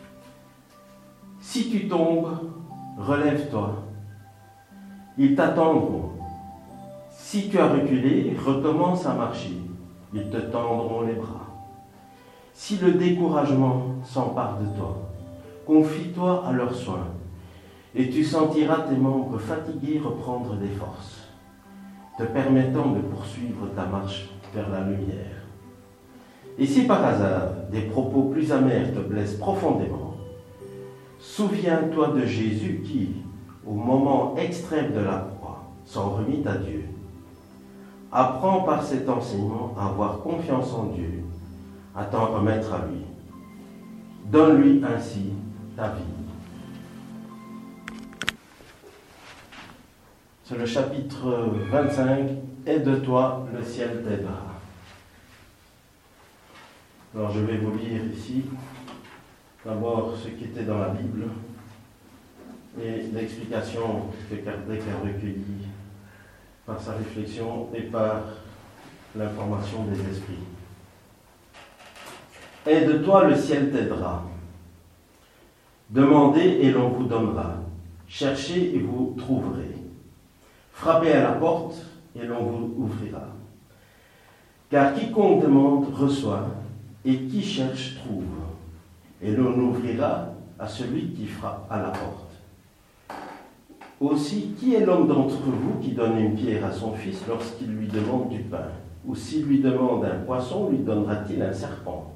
Si tu tombes, relève-toi, ils t'attendront. Si tu as reculé, recommence à marcher, ils te tendront les bras. Si le découragement s'empare de toi, confie-toi à leurs soins, et tu sentiras tes membres fatigués reprendre des forces, te permettant de poursuivre ta marche vers la lumière. Et si par hasard des propos plus amers te blessent profondément, souviens-toi de Jésus qui, au moment extrême de la croix, s'en remit à Dieu. Apprends par cet enseignement à avoir confiance en Dieu, à t'en remettre à lui. Donne-lui ainsi ta vie. C'est le chapitre vingt-cinq, « Aide-toi, le ciel t'aidera ». Alors je vais vous lire ici d'abord ce qui était dans la Bible et l'explication que Kardec a recueillie par sa réflexion et par l'information des esprits. « Aide-toi, le ciel t'aidera. Demandez et l'on vous donnera. Cherchez et vous trouverez. Frappez à la porte et l'on vous ouvrira. Car quiconque demande reçoit, et qui cherche trouve. Et l'on ouvrira à celui qui frappe à la porte. Aussi, qui est l'homme d'entre vous qui donne une pierre à son fils lorsqu'il lui demande du pain? Ou s'il lui demande un poisson, lui donnera-t-il un serpent?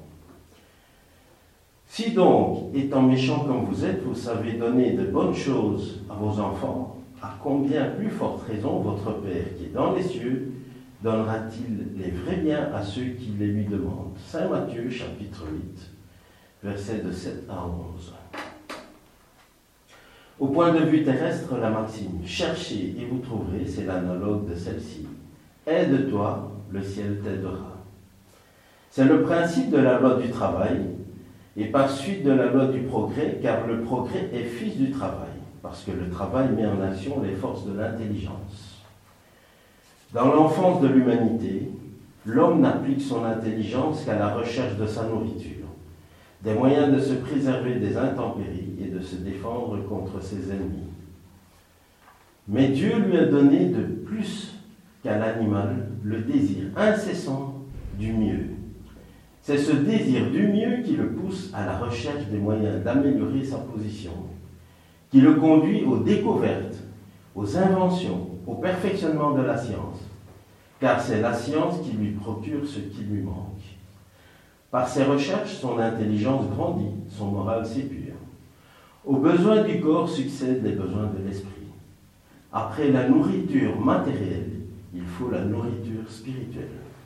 Si donc, étant méchant comme vous êtes, vous savez donner de bonnes choses à vos enfants, à combien plus forte raison votre Père qui est dans les cieux donnera-t-il les vrais biens à ceux qui les lui demandent? Saint Matthieu, chapitre huit, versets de sept à onze. Au point de vue terrestre, la maxime « Cherchez et vous trouverez », c'est l'analogue de celle-ci. « Aide-toi, le ciel t'aidera ». C'est le principe de la loi du travail, et par suite de la loi du progrès, car le progrès est fils du travail, parce que le travail met en action les forces de l'intelligence. Dans l'enfance de l'humanité, l'homme n'applique son intelligence qu'à la recherche de sa nourriture, des moyens de se préserver des intempéries et de se défendre contre ses ennemis. Mais Dieu lui a donné de plus qu'à l'animal le désir incessant du mieux. C'est ce désir du mieux qui le pousse à la recherche des moyens d'améliorer sa position, qui le conduit aux découvertes, aux inventions, au perfectionnement de la science, car c'est la science qui lui procure ce qui lui manque. Par ses recherches, son intelligence grandit, son moral s'épure. Aux besoins du corps succèdent les besoins de l'esprit. Après la nourriture matérielle, il faut la nourriture spirituelle.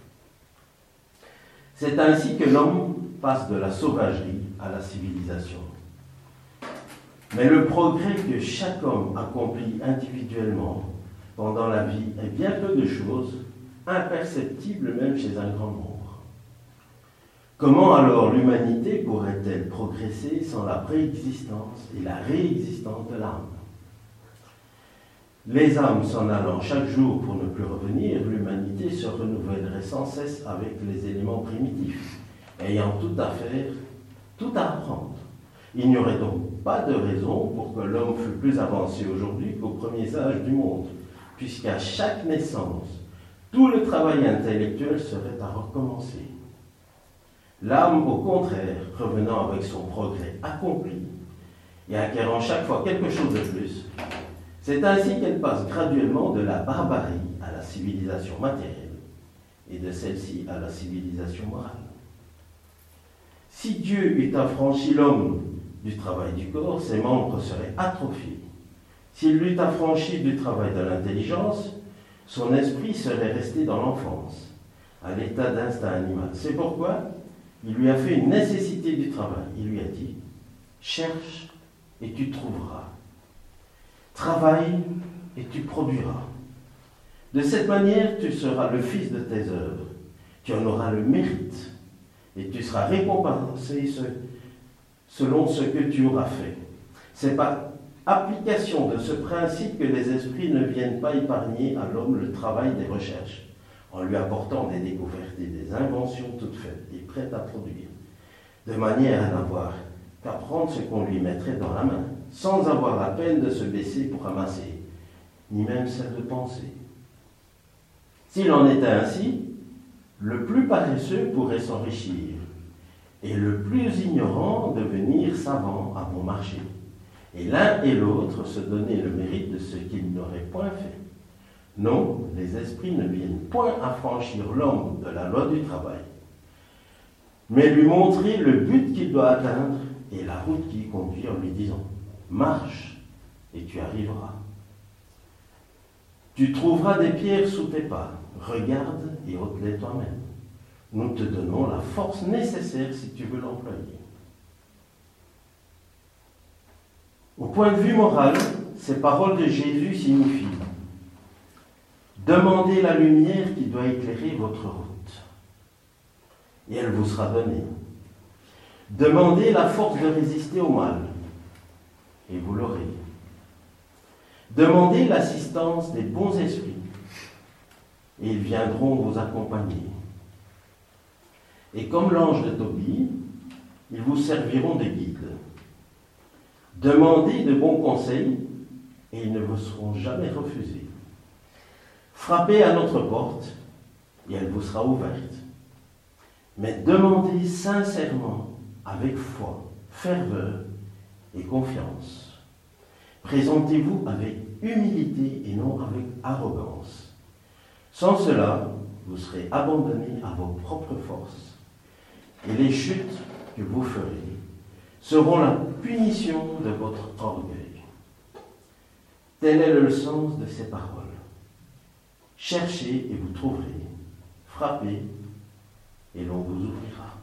C'est ainsi que l'homme passe de la sauvagerie à la civilisation. Mais le progrès que chaque homme accomplit individuellement pendant la vie est bien peu de choses, imperceptibles même chez un grand nombre. Comment alors l'humanité pourrait-elle progresser sans la préexistence et la réexistence de l'âme ? Les âmes s'en allant chaque jour pour ne plus revenir, l'humanité se renouvellerait sans cesse avec les éléments primitifs, ayant tout à faire, tout à apprendre. Il n'y aurait donc pas de raison pour que l'homme fût plus avancé aujourd'hui qu'aux premiers âges du monde, puisqu'à chaque naissance, tout le travail intellectuel serait à recommencer. L'âme, au contraire, revenant avec son progrès accompli et acquérant chaque fois quelque chose de plus, c'est ainsi qu'elle passe graduellement de la barbarie à la civilisation matérielle et de celle-ci à la civilisation morale. Si Dieu eût affranchi l'homme du travail du corps, ses membres seraient atrophiés. S'il l'eût affranchi du travail de l'intelligence, son esprit serait resté dans l'enfance, à l'état d'instinct animal. C'est pourquoi il lui a fait une nécessité du travail. Il lui a dit « Cherche et tu trouveras. Travaille et tu produiras. De cette manière, tu seras le fils de tes œuvres. Tu en auras le mérite et tu seras récompensé selon ce que tu auras fait. » C'est par application de ce principe que les esprits ne viennent pas épargner à l'homme le travail des recherches, en lui apportant des découvertes et des inventions toutes faites et prêtes à produire, de manière à n'avoir qu'à prendre ce qu'on lui mettrait dans la main, sans avoir la peine de se baisser pour ramasser, ni même celle de penser. S'il en était ainsi, le plus paresseux pourrait s'enrichir, et le plus ignorant devenir savant à bon marché, et l'un et l'autre se donner le mérite de ce qu'ils n'auraient point fait. Non, les esprits ne viennent point affranchir l'homme de la loi du travail, mais lui montrer le but qu'il doit atteindre et la route qui y conduit en lui disant « Marche et tu arriveras. Tu trouveras des pierres sous tes pas, regarde et ôte-les toi-même. Nous te donnons la force nécessaire si tu veux l'employer. » Au point de vue moral, ces paroles de Jésus signifient « Demandez la lumière qui doit éclairer votre route, et elle vous sera donnée. Demandez la force de résister au mal, et vous l'aurez. Demandez l'assistance des bons esprits, et ils viendront vous accompagner. Et comme l'ange de Tobie, ils vous serviront de guide. Demandez de bons conseils, et ils ne vous seront jamais refusés. Frappez à notre porte, et elle vous sera ouverte. Mais demandez sincèrement, avec foi, ferveur et confiance. Présentez-vous avec humilité et non avec arrogance. Sans cela, vous serez abandonnés à vos propres forces, et les chutes que vous ferez seront la punition de votre orgueil. Tel est le sens de ces paroles. Cherchez et vous trouverez. Frappez et l'on vous ouvrira.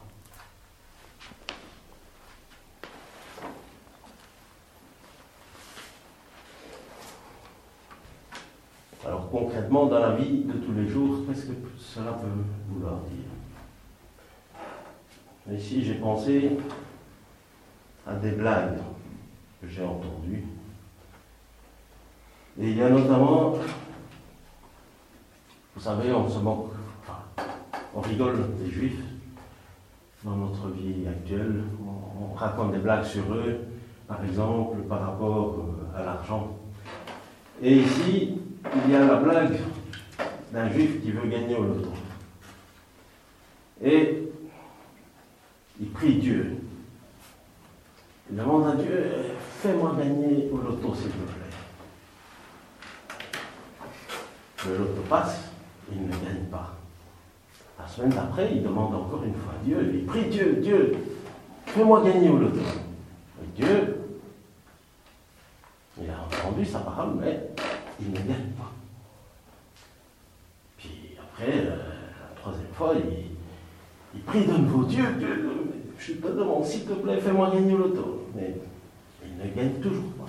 Alors concrètement, dans la vie de tous les jours, qu'est-ce que cela peut vouloir dire? Ici, j'ai pensé à des blagues que j'ai entendues. Et il y a notamment, vous savez, on se moque, enfin, on rigole des Juifs dans notre vie actuelle. On, on raconte des blagues sur eux, par exemple, par rapport à l'argent. Et ici, il y a la blague d'un Juif qui veut gagner au loto. Et il prie Dieu. Il demande à Dieu, fais-moi gagner au loto, s'il te plaît. Le loto passe, il ne gagne pas. La semaine d'après, il demande encore une fois à Dieu, il prie Dieu, Dieu, fais-moi gagner au loto. Et Dieu, il a entendu sa parole, mais il ne gagne pas. Puis après, euh, la troisième fois, il, il prie de nouveau, Dieu, Dieu, je te demande, s'il te plaît, fais-moi gagner au loto. Mais il ne gagne toujours pas.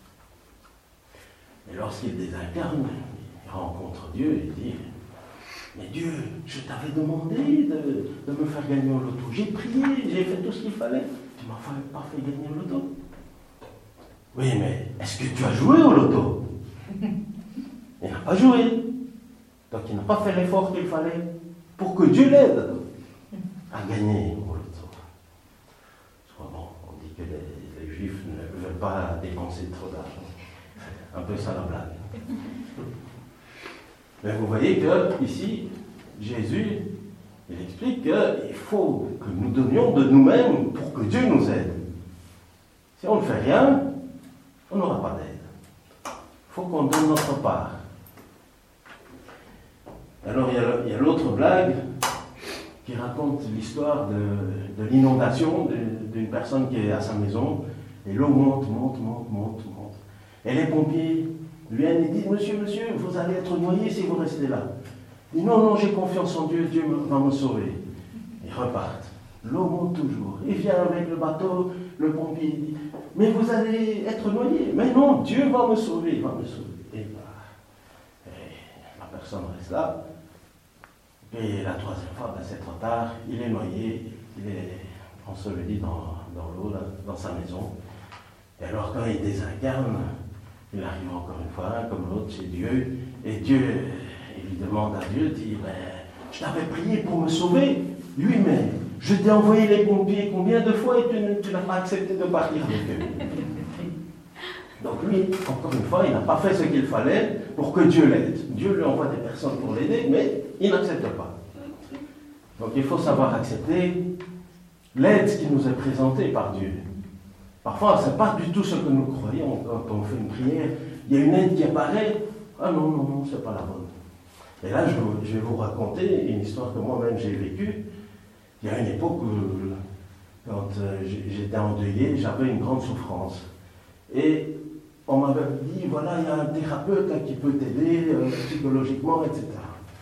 Et lorsqu'il désincarne, il rencontre Dieu et dit, mais Dieu, je t'avais demandé de, de me faire gagner au loto. J'ai prié, j'ai fait tout ce qu'il fallait. Tu ne m'as pas fait gagner au loto. Oui, mais est-ce que tu as joué au loto? Il n'a pas joué. Donc il n'a pas fait l'effort qu'il fallait pour que Dieu l'aide à gagner au loto. Soit bon, on dit que les, les Juifs ne veulent pas dépenser trop d'argent. Un peu ça la blague. Mais vous voyez que ici, Jésus, il explique qu'il faut que nous donnions de nous-mêmes pour que Dieu nous aide. Si on ne fait rien, on n'aura pas d'aide. Il faut qu'on donne notre part. Alors il y a l'autre blague qui raconte l'histoire de, de l'inondation d'une personne qui est à sa maison, et l'eau monte, monte, monte, monte, monte. Et les pompiers viennent et disent, monsieur, monsieur, vous allez être noyé si vous restez là. Il dit, non, non, j'ai confiance en Dieu, Dieu va me sauver. Ils repartent. L'eau monte toujours. Il vient avec le bateau, le pompier dit, mais vous allez être noyé. Mais non, Dieu va me sauver, il va me sauver. Et, bah, et la personne reste là. Et la troisième fois, ben, c'est trop tard, il est noyé, il est enseveli dans, dans l'eau, dans sa maison. Et alors quand il désincarne, il arrive encore une fois, comme l'autre, chez Dieu, et Dieu, il lui demande à Dieu, dit, ben, je t'avais prié pour me sauver. Lui, mais je t'ai envoyé les pompiers combien de fois et tu, tu n'as pas accepté de partir avec eux. Donc lui, encore une fois, il n'a pas fait ce qu'il fallait pour que Dieu l'aide. Dieu lui envoie des personnes pour l'aider, mais il n'accepte pas. Donc il faut savoir accepter l'aide qui nous est présentée par Dieu. Parfois, ce n'est pas du tout ce que nous croyons quand on fait une prière. Il y a une aide qui apparaît. Ah non, non, non, ce n'est pas la bonne. Et là, je, je vais vous raconter une histoire que moi-même j'ai vécue. Il y a une époque où, quand j'étais endeuillé, j'avais une grande souffrance. Et on m'avait dit, voilà, il y a un thérapeute là, qui peut t'aider euh, psychologiquement, et cetera.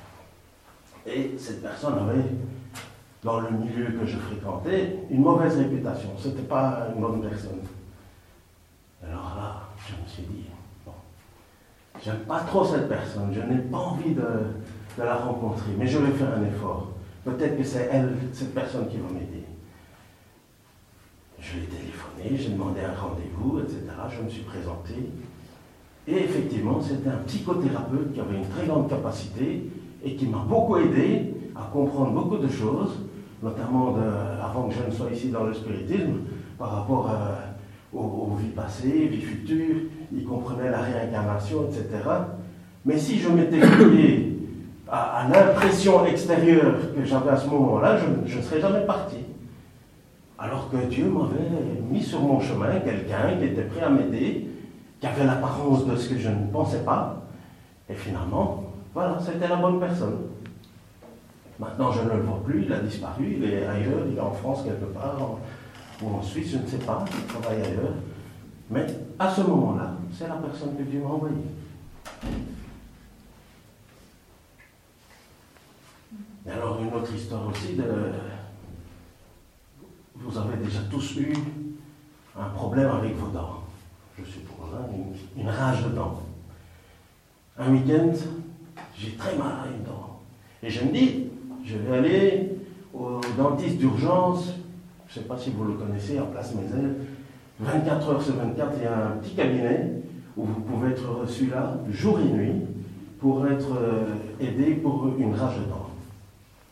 Et cette personne avait, dans le milieu que je fréquentais, une mauvaise réputation. Ce n'était pas une bonne personne. Alors là, je me suis dit, bon, j'aime pas trop cette personne, je n'ai pas envie de, de la rencontrer, mais je vais faire un effort. Peut-être que c'est elle, cette personne qui va m'aider. Je l'ai téléphoné, j'ai demandé un rendez-vous, et cetera. Je me suis présenté. Et effectivement, c'était un psychothérapeute qui avait une très grande capacité et qui m'a beaucoup aidé à comprendre beaucoup de choses, notamment de, avant que je ne sois ici dans le spiritisme, par rapport à, aux, aux vies passées, vies futures. Il comprenait la réincarnation, et cetera. Mais si je m'étais fié à, à l'impression extérieure que j'avais à ce moment-là, je ne serais jamais parti. Alors que Dieu m'avait mis sur mon chemin quelqu'un qui était prêt à m'aider, qui avait l'apparence de ce que je ne pensais pas. Et finalement, voilà, c'était la bonne personne. Maintenant, je ne le vois plus, il a disparu, il est ailleurs, il est en France quelque part, en, ou en Suisse, je ne sais pas, il travaille ailleurs. Mais à ce moment-là, c'est la personne que Dieu m'a envoyée. Et alors, une autre histoire aussi de... Vous avez déjà tous eu un problème avec vos dents, je suppose, hein, une, une rage de dents. Un week-end, j'ai très mal à une dent. Et je me dis, je vais aller au dentiste d'urgence, je ne sais pas si vous le connaissez, en Place Mézelle, vingt-quatre heures sur vingt-quatre, il y a un petit cabinet où vous pouvez être reçu là, jour et nuit, pour être aidé pour une rage de dents.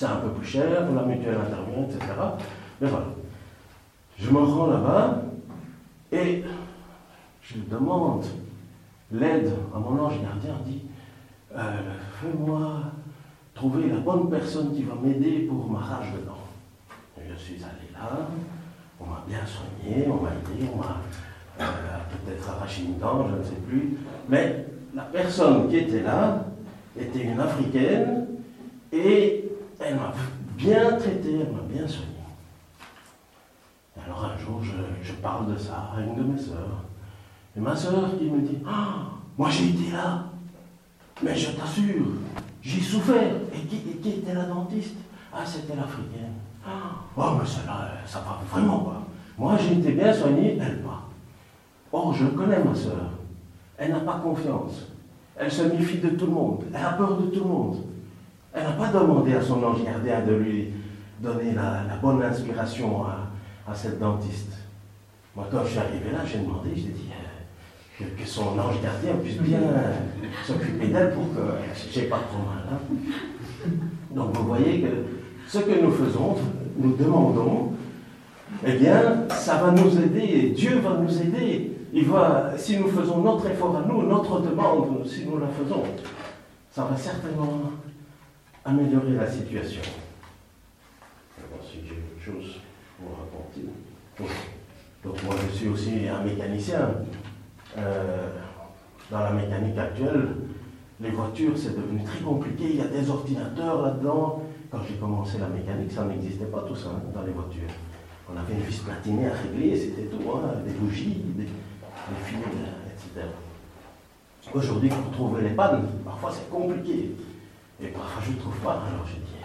c'est un peu plus cher, la mutuelle intervient, et cetera. Mais voilà. Je me rends là-bas et je demande l'aide à mon ange gardien, dit euh, fais-moi trouver la bonne personne qui va m'aider pour ma rage de dents. Et je suis allé là, on m'a bien soigné, on m'a aidé, on m'a euh, peut-être arraché une dent, je ne sais plus. Mais la personne qui était là était une Africaine et elle m'a bien traité, elle m'a bien soigné. Alors un jour, je, je parle de ça à une de mes sœurs. Et ma sœur qui me dit « Ah, moi j'ai été là, mais je t'assure, j'ai souffert. Et qui, et qui était la dentiste? Ah, c'était l'Africaine. Ah, oh, mais celle-là, ça va vraiment pas. Moi j'ai été bien soignée, elle pas. Or, je connais ma sœur. Elle n'a pas confiance. Elle se méfie de tout le monde. Elle a peur de tout le monde. Elle n'a pas demandé à son ange gardien de lui donner la, la bonne inspiration à, à cette dentiste. Moi, quand je suis arrivé là, j'ai demandé, j'ai dit euh, que, que son ange gardien puisse bien euh, s'occuper d'elle pour que j'ai pas trop mal. Hein. Donc, vous voyez que ce que nous faisons, nous demandons, eh bien, ça va nous aider. Dieu va nous aider. Il va, si nous faisons notre effort à nous, notre demande, si nous la faisons, ça va certainement améliorer la situation. Alors, si j'ai autre chose pour raconter. Donc, donc moi, je suis aussi un mécanicien. Euh, dans la mécanique actuelle, les voitures, c'est devenu très compliqué. Il y a des ordinateurs là-dedans. Quand j'ai commencé la mécanique, ça n'existait pas tout ça hein, dans les voitures. On avait une vis platinée à régler et c'était tout, hein, des bougies, des, des fils, et cetera. Aujourd'hui, pour trouver les pannes, parfois c'est compliqué. Et parfois je ne trouve pas, alors je dis...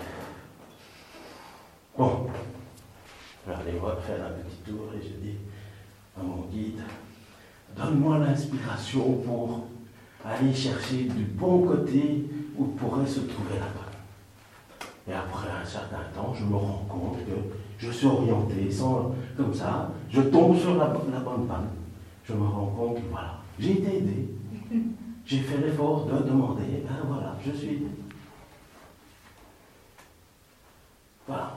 Bon, je vais aller faire un petit tour et je dis à mon guide, donne-moi l'inspiration pour aller chercher du bon côté où pourrait se trouver la panne. Et après un certain temps, je me rends compte que je suis orienté sans, comme ça, je tombe sur la, la bonne panne. Je me rends compte que voilà, j'ai été aidé. J'ai fait l'effort de demander, ben voilà, je suis aidé. Voilà.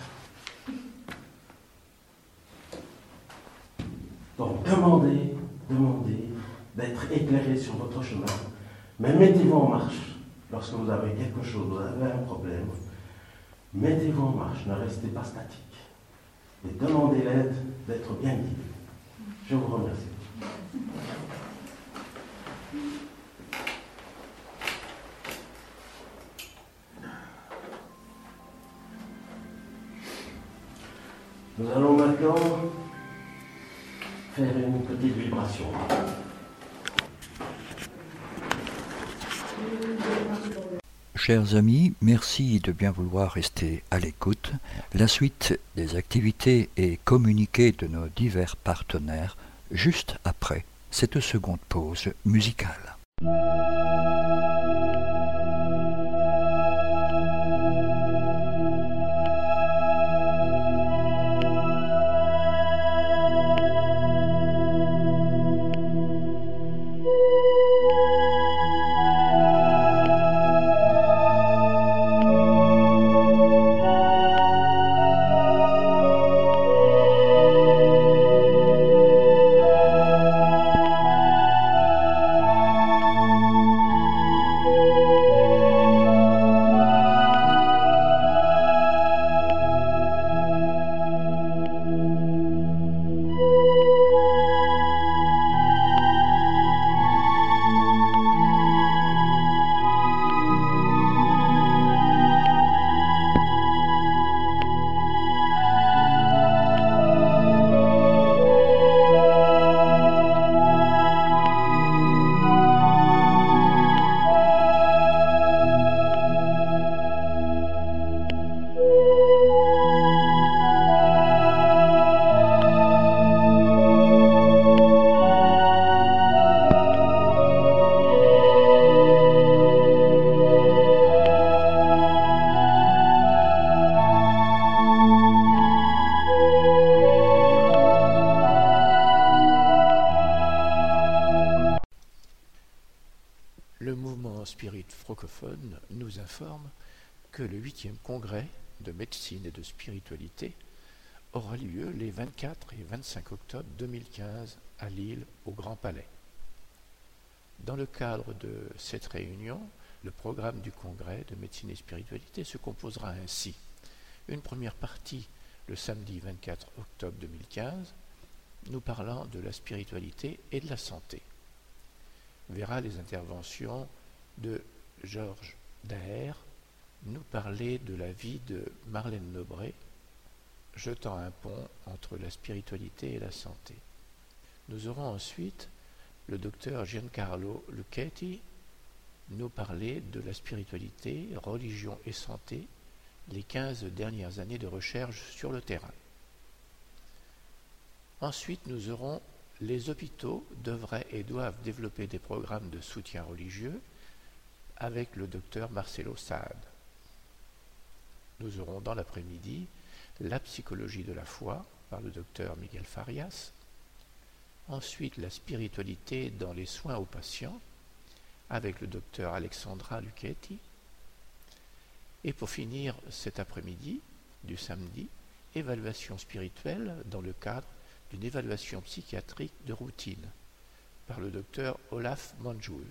Donc demandez, demandez d'être éclairé sur votre chemin, mais mettez-vous en marche lorsque vous avez quelque chose, vous avez un problème. Mettez-vous en marche, ne restez pas statique. Et demandez l'aide d'être bien guidé. Je vous remercie. Nous allons maintenant faire une petite vibration. Chers amis, merci de bien vouloir rester à l'écoute. La suite des activités et communiqués de nos divers partenaires juste après cette seconde pause musicale. Le mouvement Spirit francophone nous informe que le huitième congrès de médecine et de spiritualité aura lieu les vingt-quatre et vingt-cinq octobre deux mille quinze à Lille, au Grand Palais. Dans le cadre de cette réunion, le programme du congrès de médecine et spiritualité se composera ainsi. Une première partie le samedi vingt-quatre octobre deux mille quinze, nous parlant de la spiritualité et de la santé. Verra les interventions de Georges Daher nous parler de la vie de Marlène Nobré, jetant un pont entre la spiritualité et la santé. Nous aurons ensuite le docteur Giancarlo Lucchetti nous parler de la spiritualité, religion et santé, les quinze dernières années de recherche sur le terrain. Ensuite, nous aurons les hôpitaux devraient et doivent développer des programmes de soutien religieux avec le docteur Marcelo Saad. Nous aurons dans l'après-midi la psychologie de la foi par le docteur Miguel Farias. Ensuite, la spiritualité dans les soins aux patients avec le docteur Alexandra Lucchetti. Et pour finir cet après-midi du samedi, évaluation spirituelle dans le cadre d'une évaluation psychiatrique de routine par le docteur Olaf Manjul.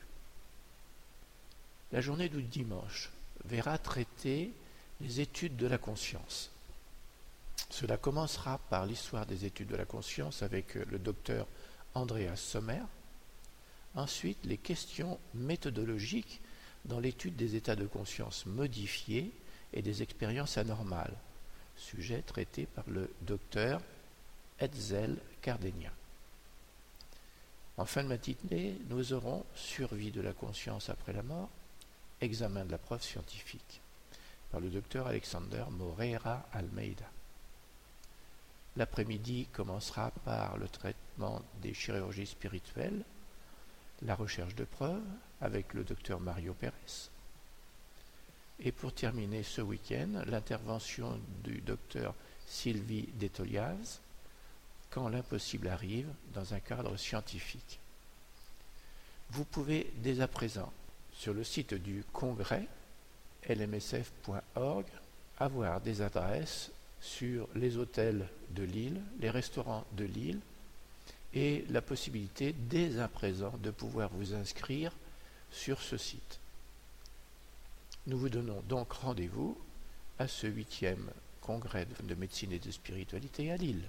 La journée du dimanche verra traiter les études de la conscience. Cela commencera par l'histoire des études de la conscience avec le docteur Andreas Sommer. Ensuite, les questions méthodologiques dans l'étude des états de conscience modifiés et des expériences anormales, sujet traité par le docteur Hetzel Cardenia. En fin de matinée, nous aurons survie de la conscience après la mort, examen de la preuve scientifique, par le docteur Alexander Moreira Almeida. L'après-midi commencera par le traitement des chirurgies spirituelles, la recherche de preuves avec le docteur Mario Pérez. Et pour terminer ce week-end, l'intervention du docteur Sylvie Detoliaz, quand l'impossible arrive dans un cadre scientifique. Vous pouvez dès à présent, sur le site du congrès, l m s f point org, avoir des adresses sur les hôtels de Lille, les restaurants de Lille, et la possibilité dès à présent de pouvoir vous inscrire sur ce site. Nous vous donnons donc rendez-vous à ce huitième congrès de médecine et de spiritualité à Lille.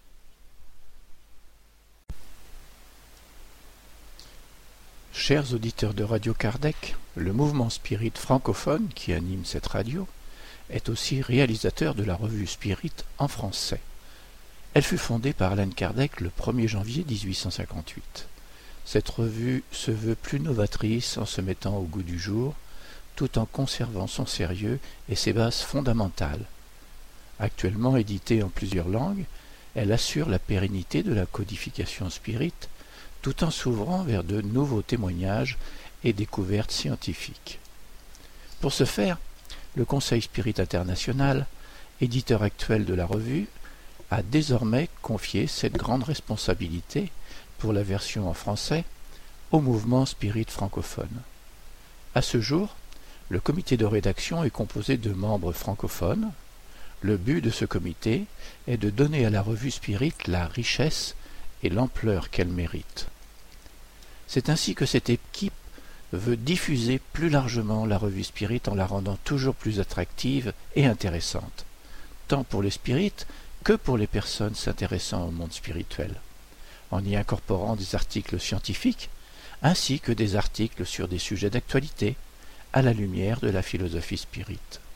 Chers auditeurs de Radio Kardec, le mouvement Spirit francophone qui anime cette radio est aussi réalisateur de la revue Spirit en français. Elle fut fondée par Allan Kardec le premier janvier mille huit cent cinquante-huit. Cette revue se veut plus novatrice en se mettant au goût du jour, tout en conservant son sérieux et ses bases fondamentales. Actuellement éditée en plusieurs langues, elle assure la pérennité de la codification Spirit, tout en s'ouvrant vers de nouveaux témoignages et découvertes scientifiques. Pour ce faire, le Conseil Spirit International, éditeur actuel de la revue, a désormais confié cette grande responsabilité pour la version en français au mouvement Spirit francophone. À ce jour, le comité de rédaction est composé de membres francophones. Le but de ce comité est de donner à la revue Spirit la richesse et l'ampleur qu'elle mérite. C'est ainsi que cette équipe veut diffuser plus largement la revue Spirit en la rendant toujours plus attractive et intéressante, tant pour les spirites que pour les personnes s'intéressant au monde spirituel, en y incorporant des articles scientifiques ainsi que des articles sur des sujets d'actualité à la lumière de la philosophie spirit.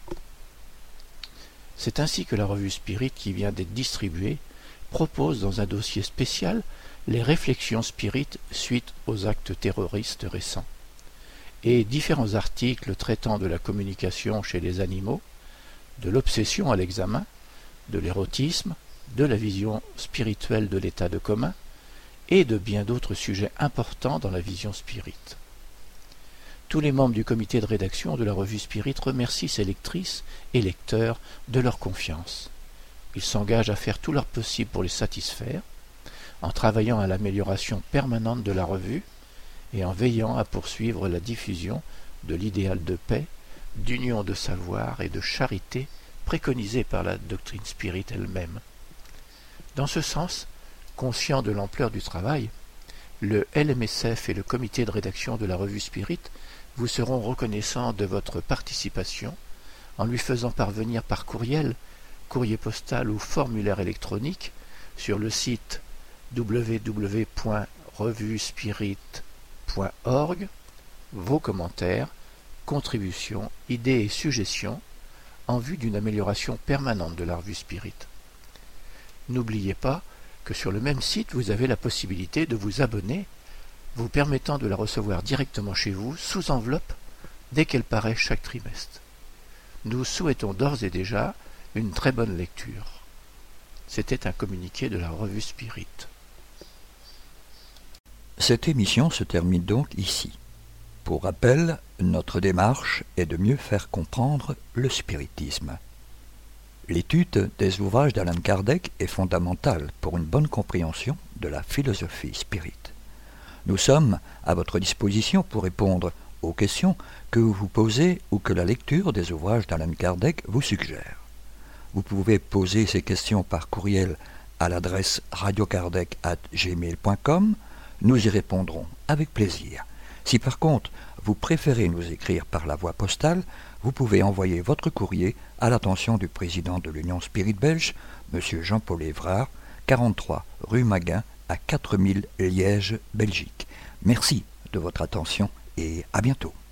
C'est ainsi que la revue Spirit qui vient d'être distribuée propose dans un dossier spécial les réflexions spirites suite aux actes terroristes récents et différents articles traitant de la communication chez les animaux, de l'obsession à l'examen, de l'érotisme, de la vision spirituelle de l'état de commun et de bien d'autres sujets importants dans la vision spirite. Tous les membres du comité de rédaction de la revue Spirit remercient ses lectrices et lecteurs de leur confiance. Ils s'engagent à faire tout leur possible pour les satisfaire, en travaillant à l'amélioration permanente de la revue et en veillant à poursuivre la diffusion de l'idéal de paix, d'union de savoir et de charité préconisée par la doctrine spirit elle-même. Dans ce sens, conscient de l'ampleur du travail, le L M S F et le comité de rédaction de la revue Spirit vous seront reconnaissants de votre participation en lui faisant parvenir par courriel, courrier postal ou formulaire électronique sur le site w w w point revue spirit point org vos commentaires, contributions, idées et suggestions en vue d'une amélioration permanente de la revue Spirit. N'oubliez pas que sur le même site, vous avez la possibilité de vous abonner, vous permettant de la recevoir directement chez vous, sous enveloppe, dès qu'elle paraît chaque trimestre. Nous souhaitons d'ores et déjà une très bonne lecture. C'était un communiqué de la revue Spirit. Cette émission se termine donc ici. Pour rappel, notre démarche est de mieux faire comprendre le spiritisme. L'étude des ouvrages d'Allan Kardec est fondamentale pour une bonne compréhension de la philosophie spirit. Nous sommes à votre disposition pour répondre aux questions que vous vous posez ou que la lecture des ouvrages d'Allan Kardec vous suggère. Vous pouvez poser ces questions par courriel à l'adresse radio kardec arobase gmail point com. Nous y répondrons avec plaisir. Si par contre vous préférez nous écrire par la voie postale, vous pouvez envoyer votre courrier à l'attention du président de l'Union Spirit Belge, M. Jean-Paul Évrard, quarante-trois rue Maguin, à quatre mille Liège, Belgique. Merci de votre attention et à bientôt.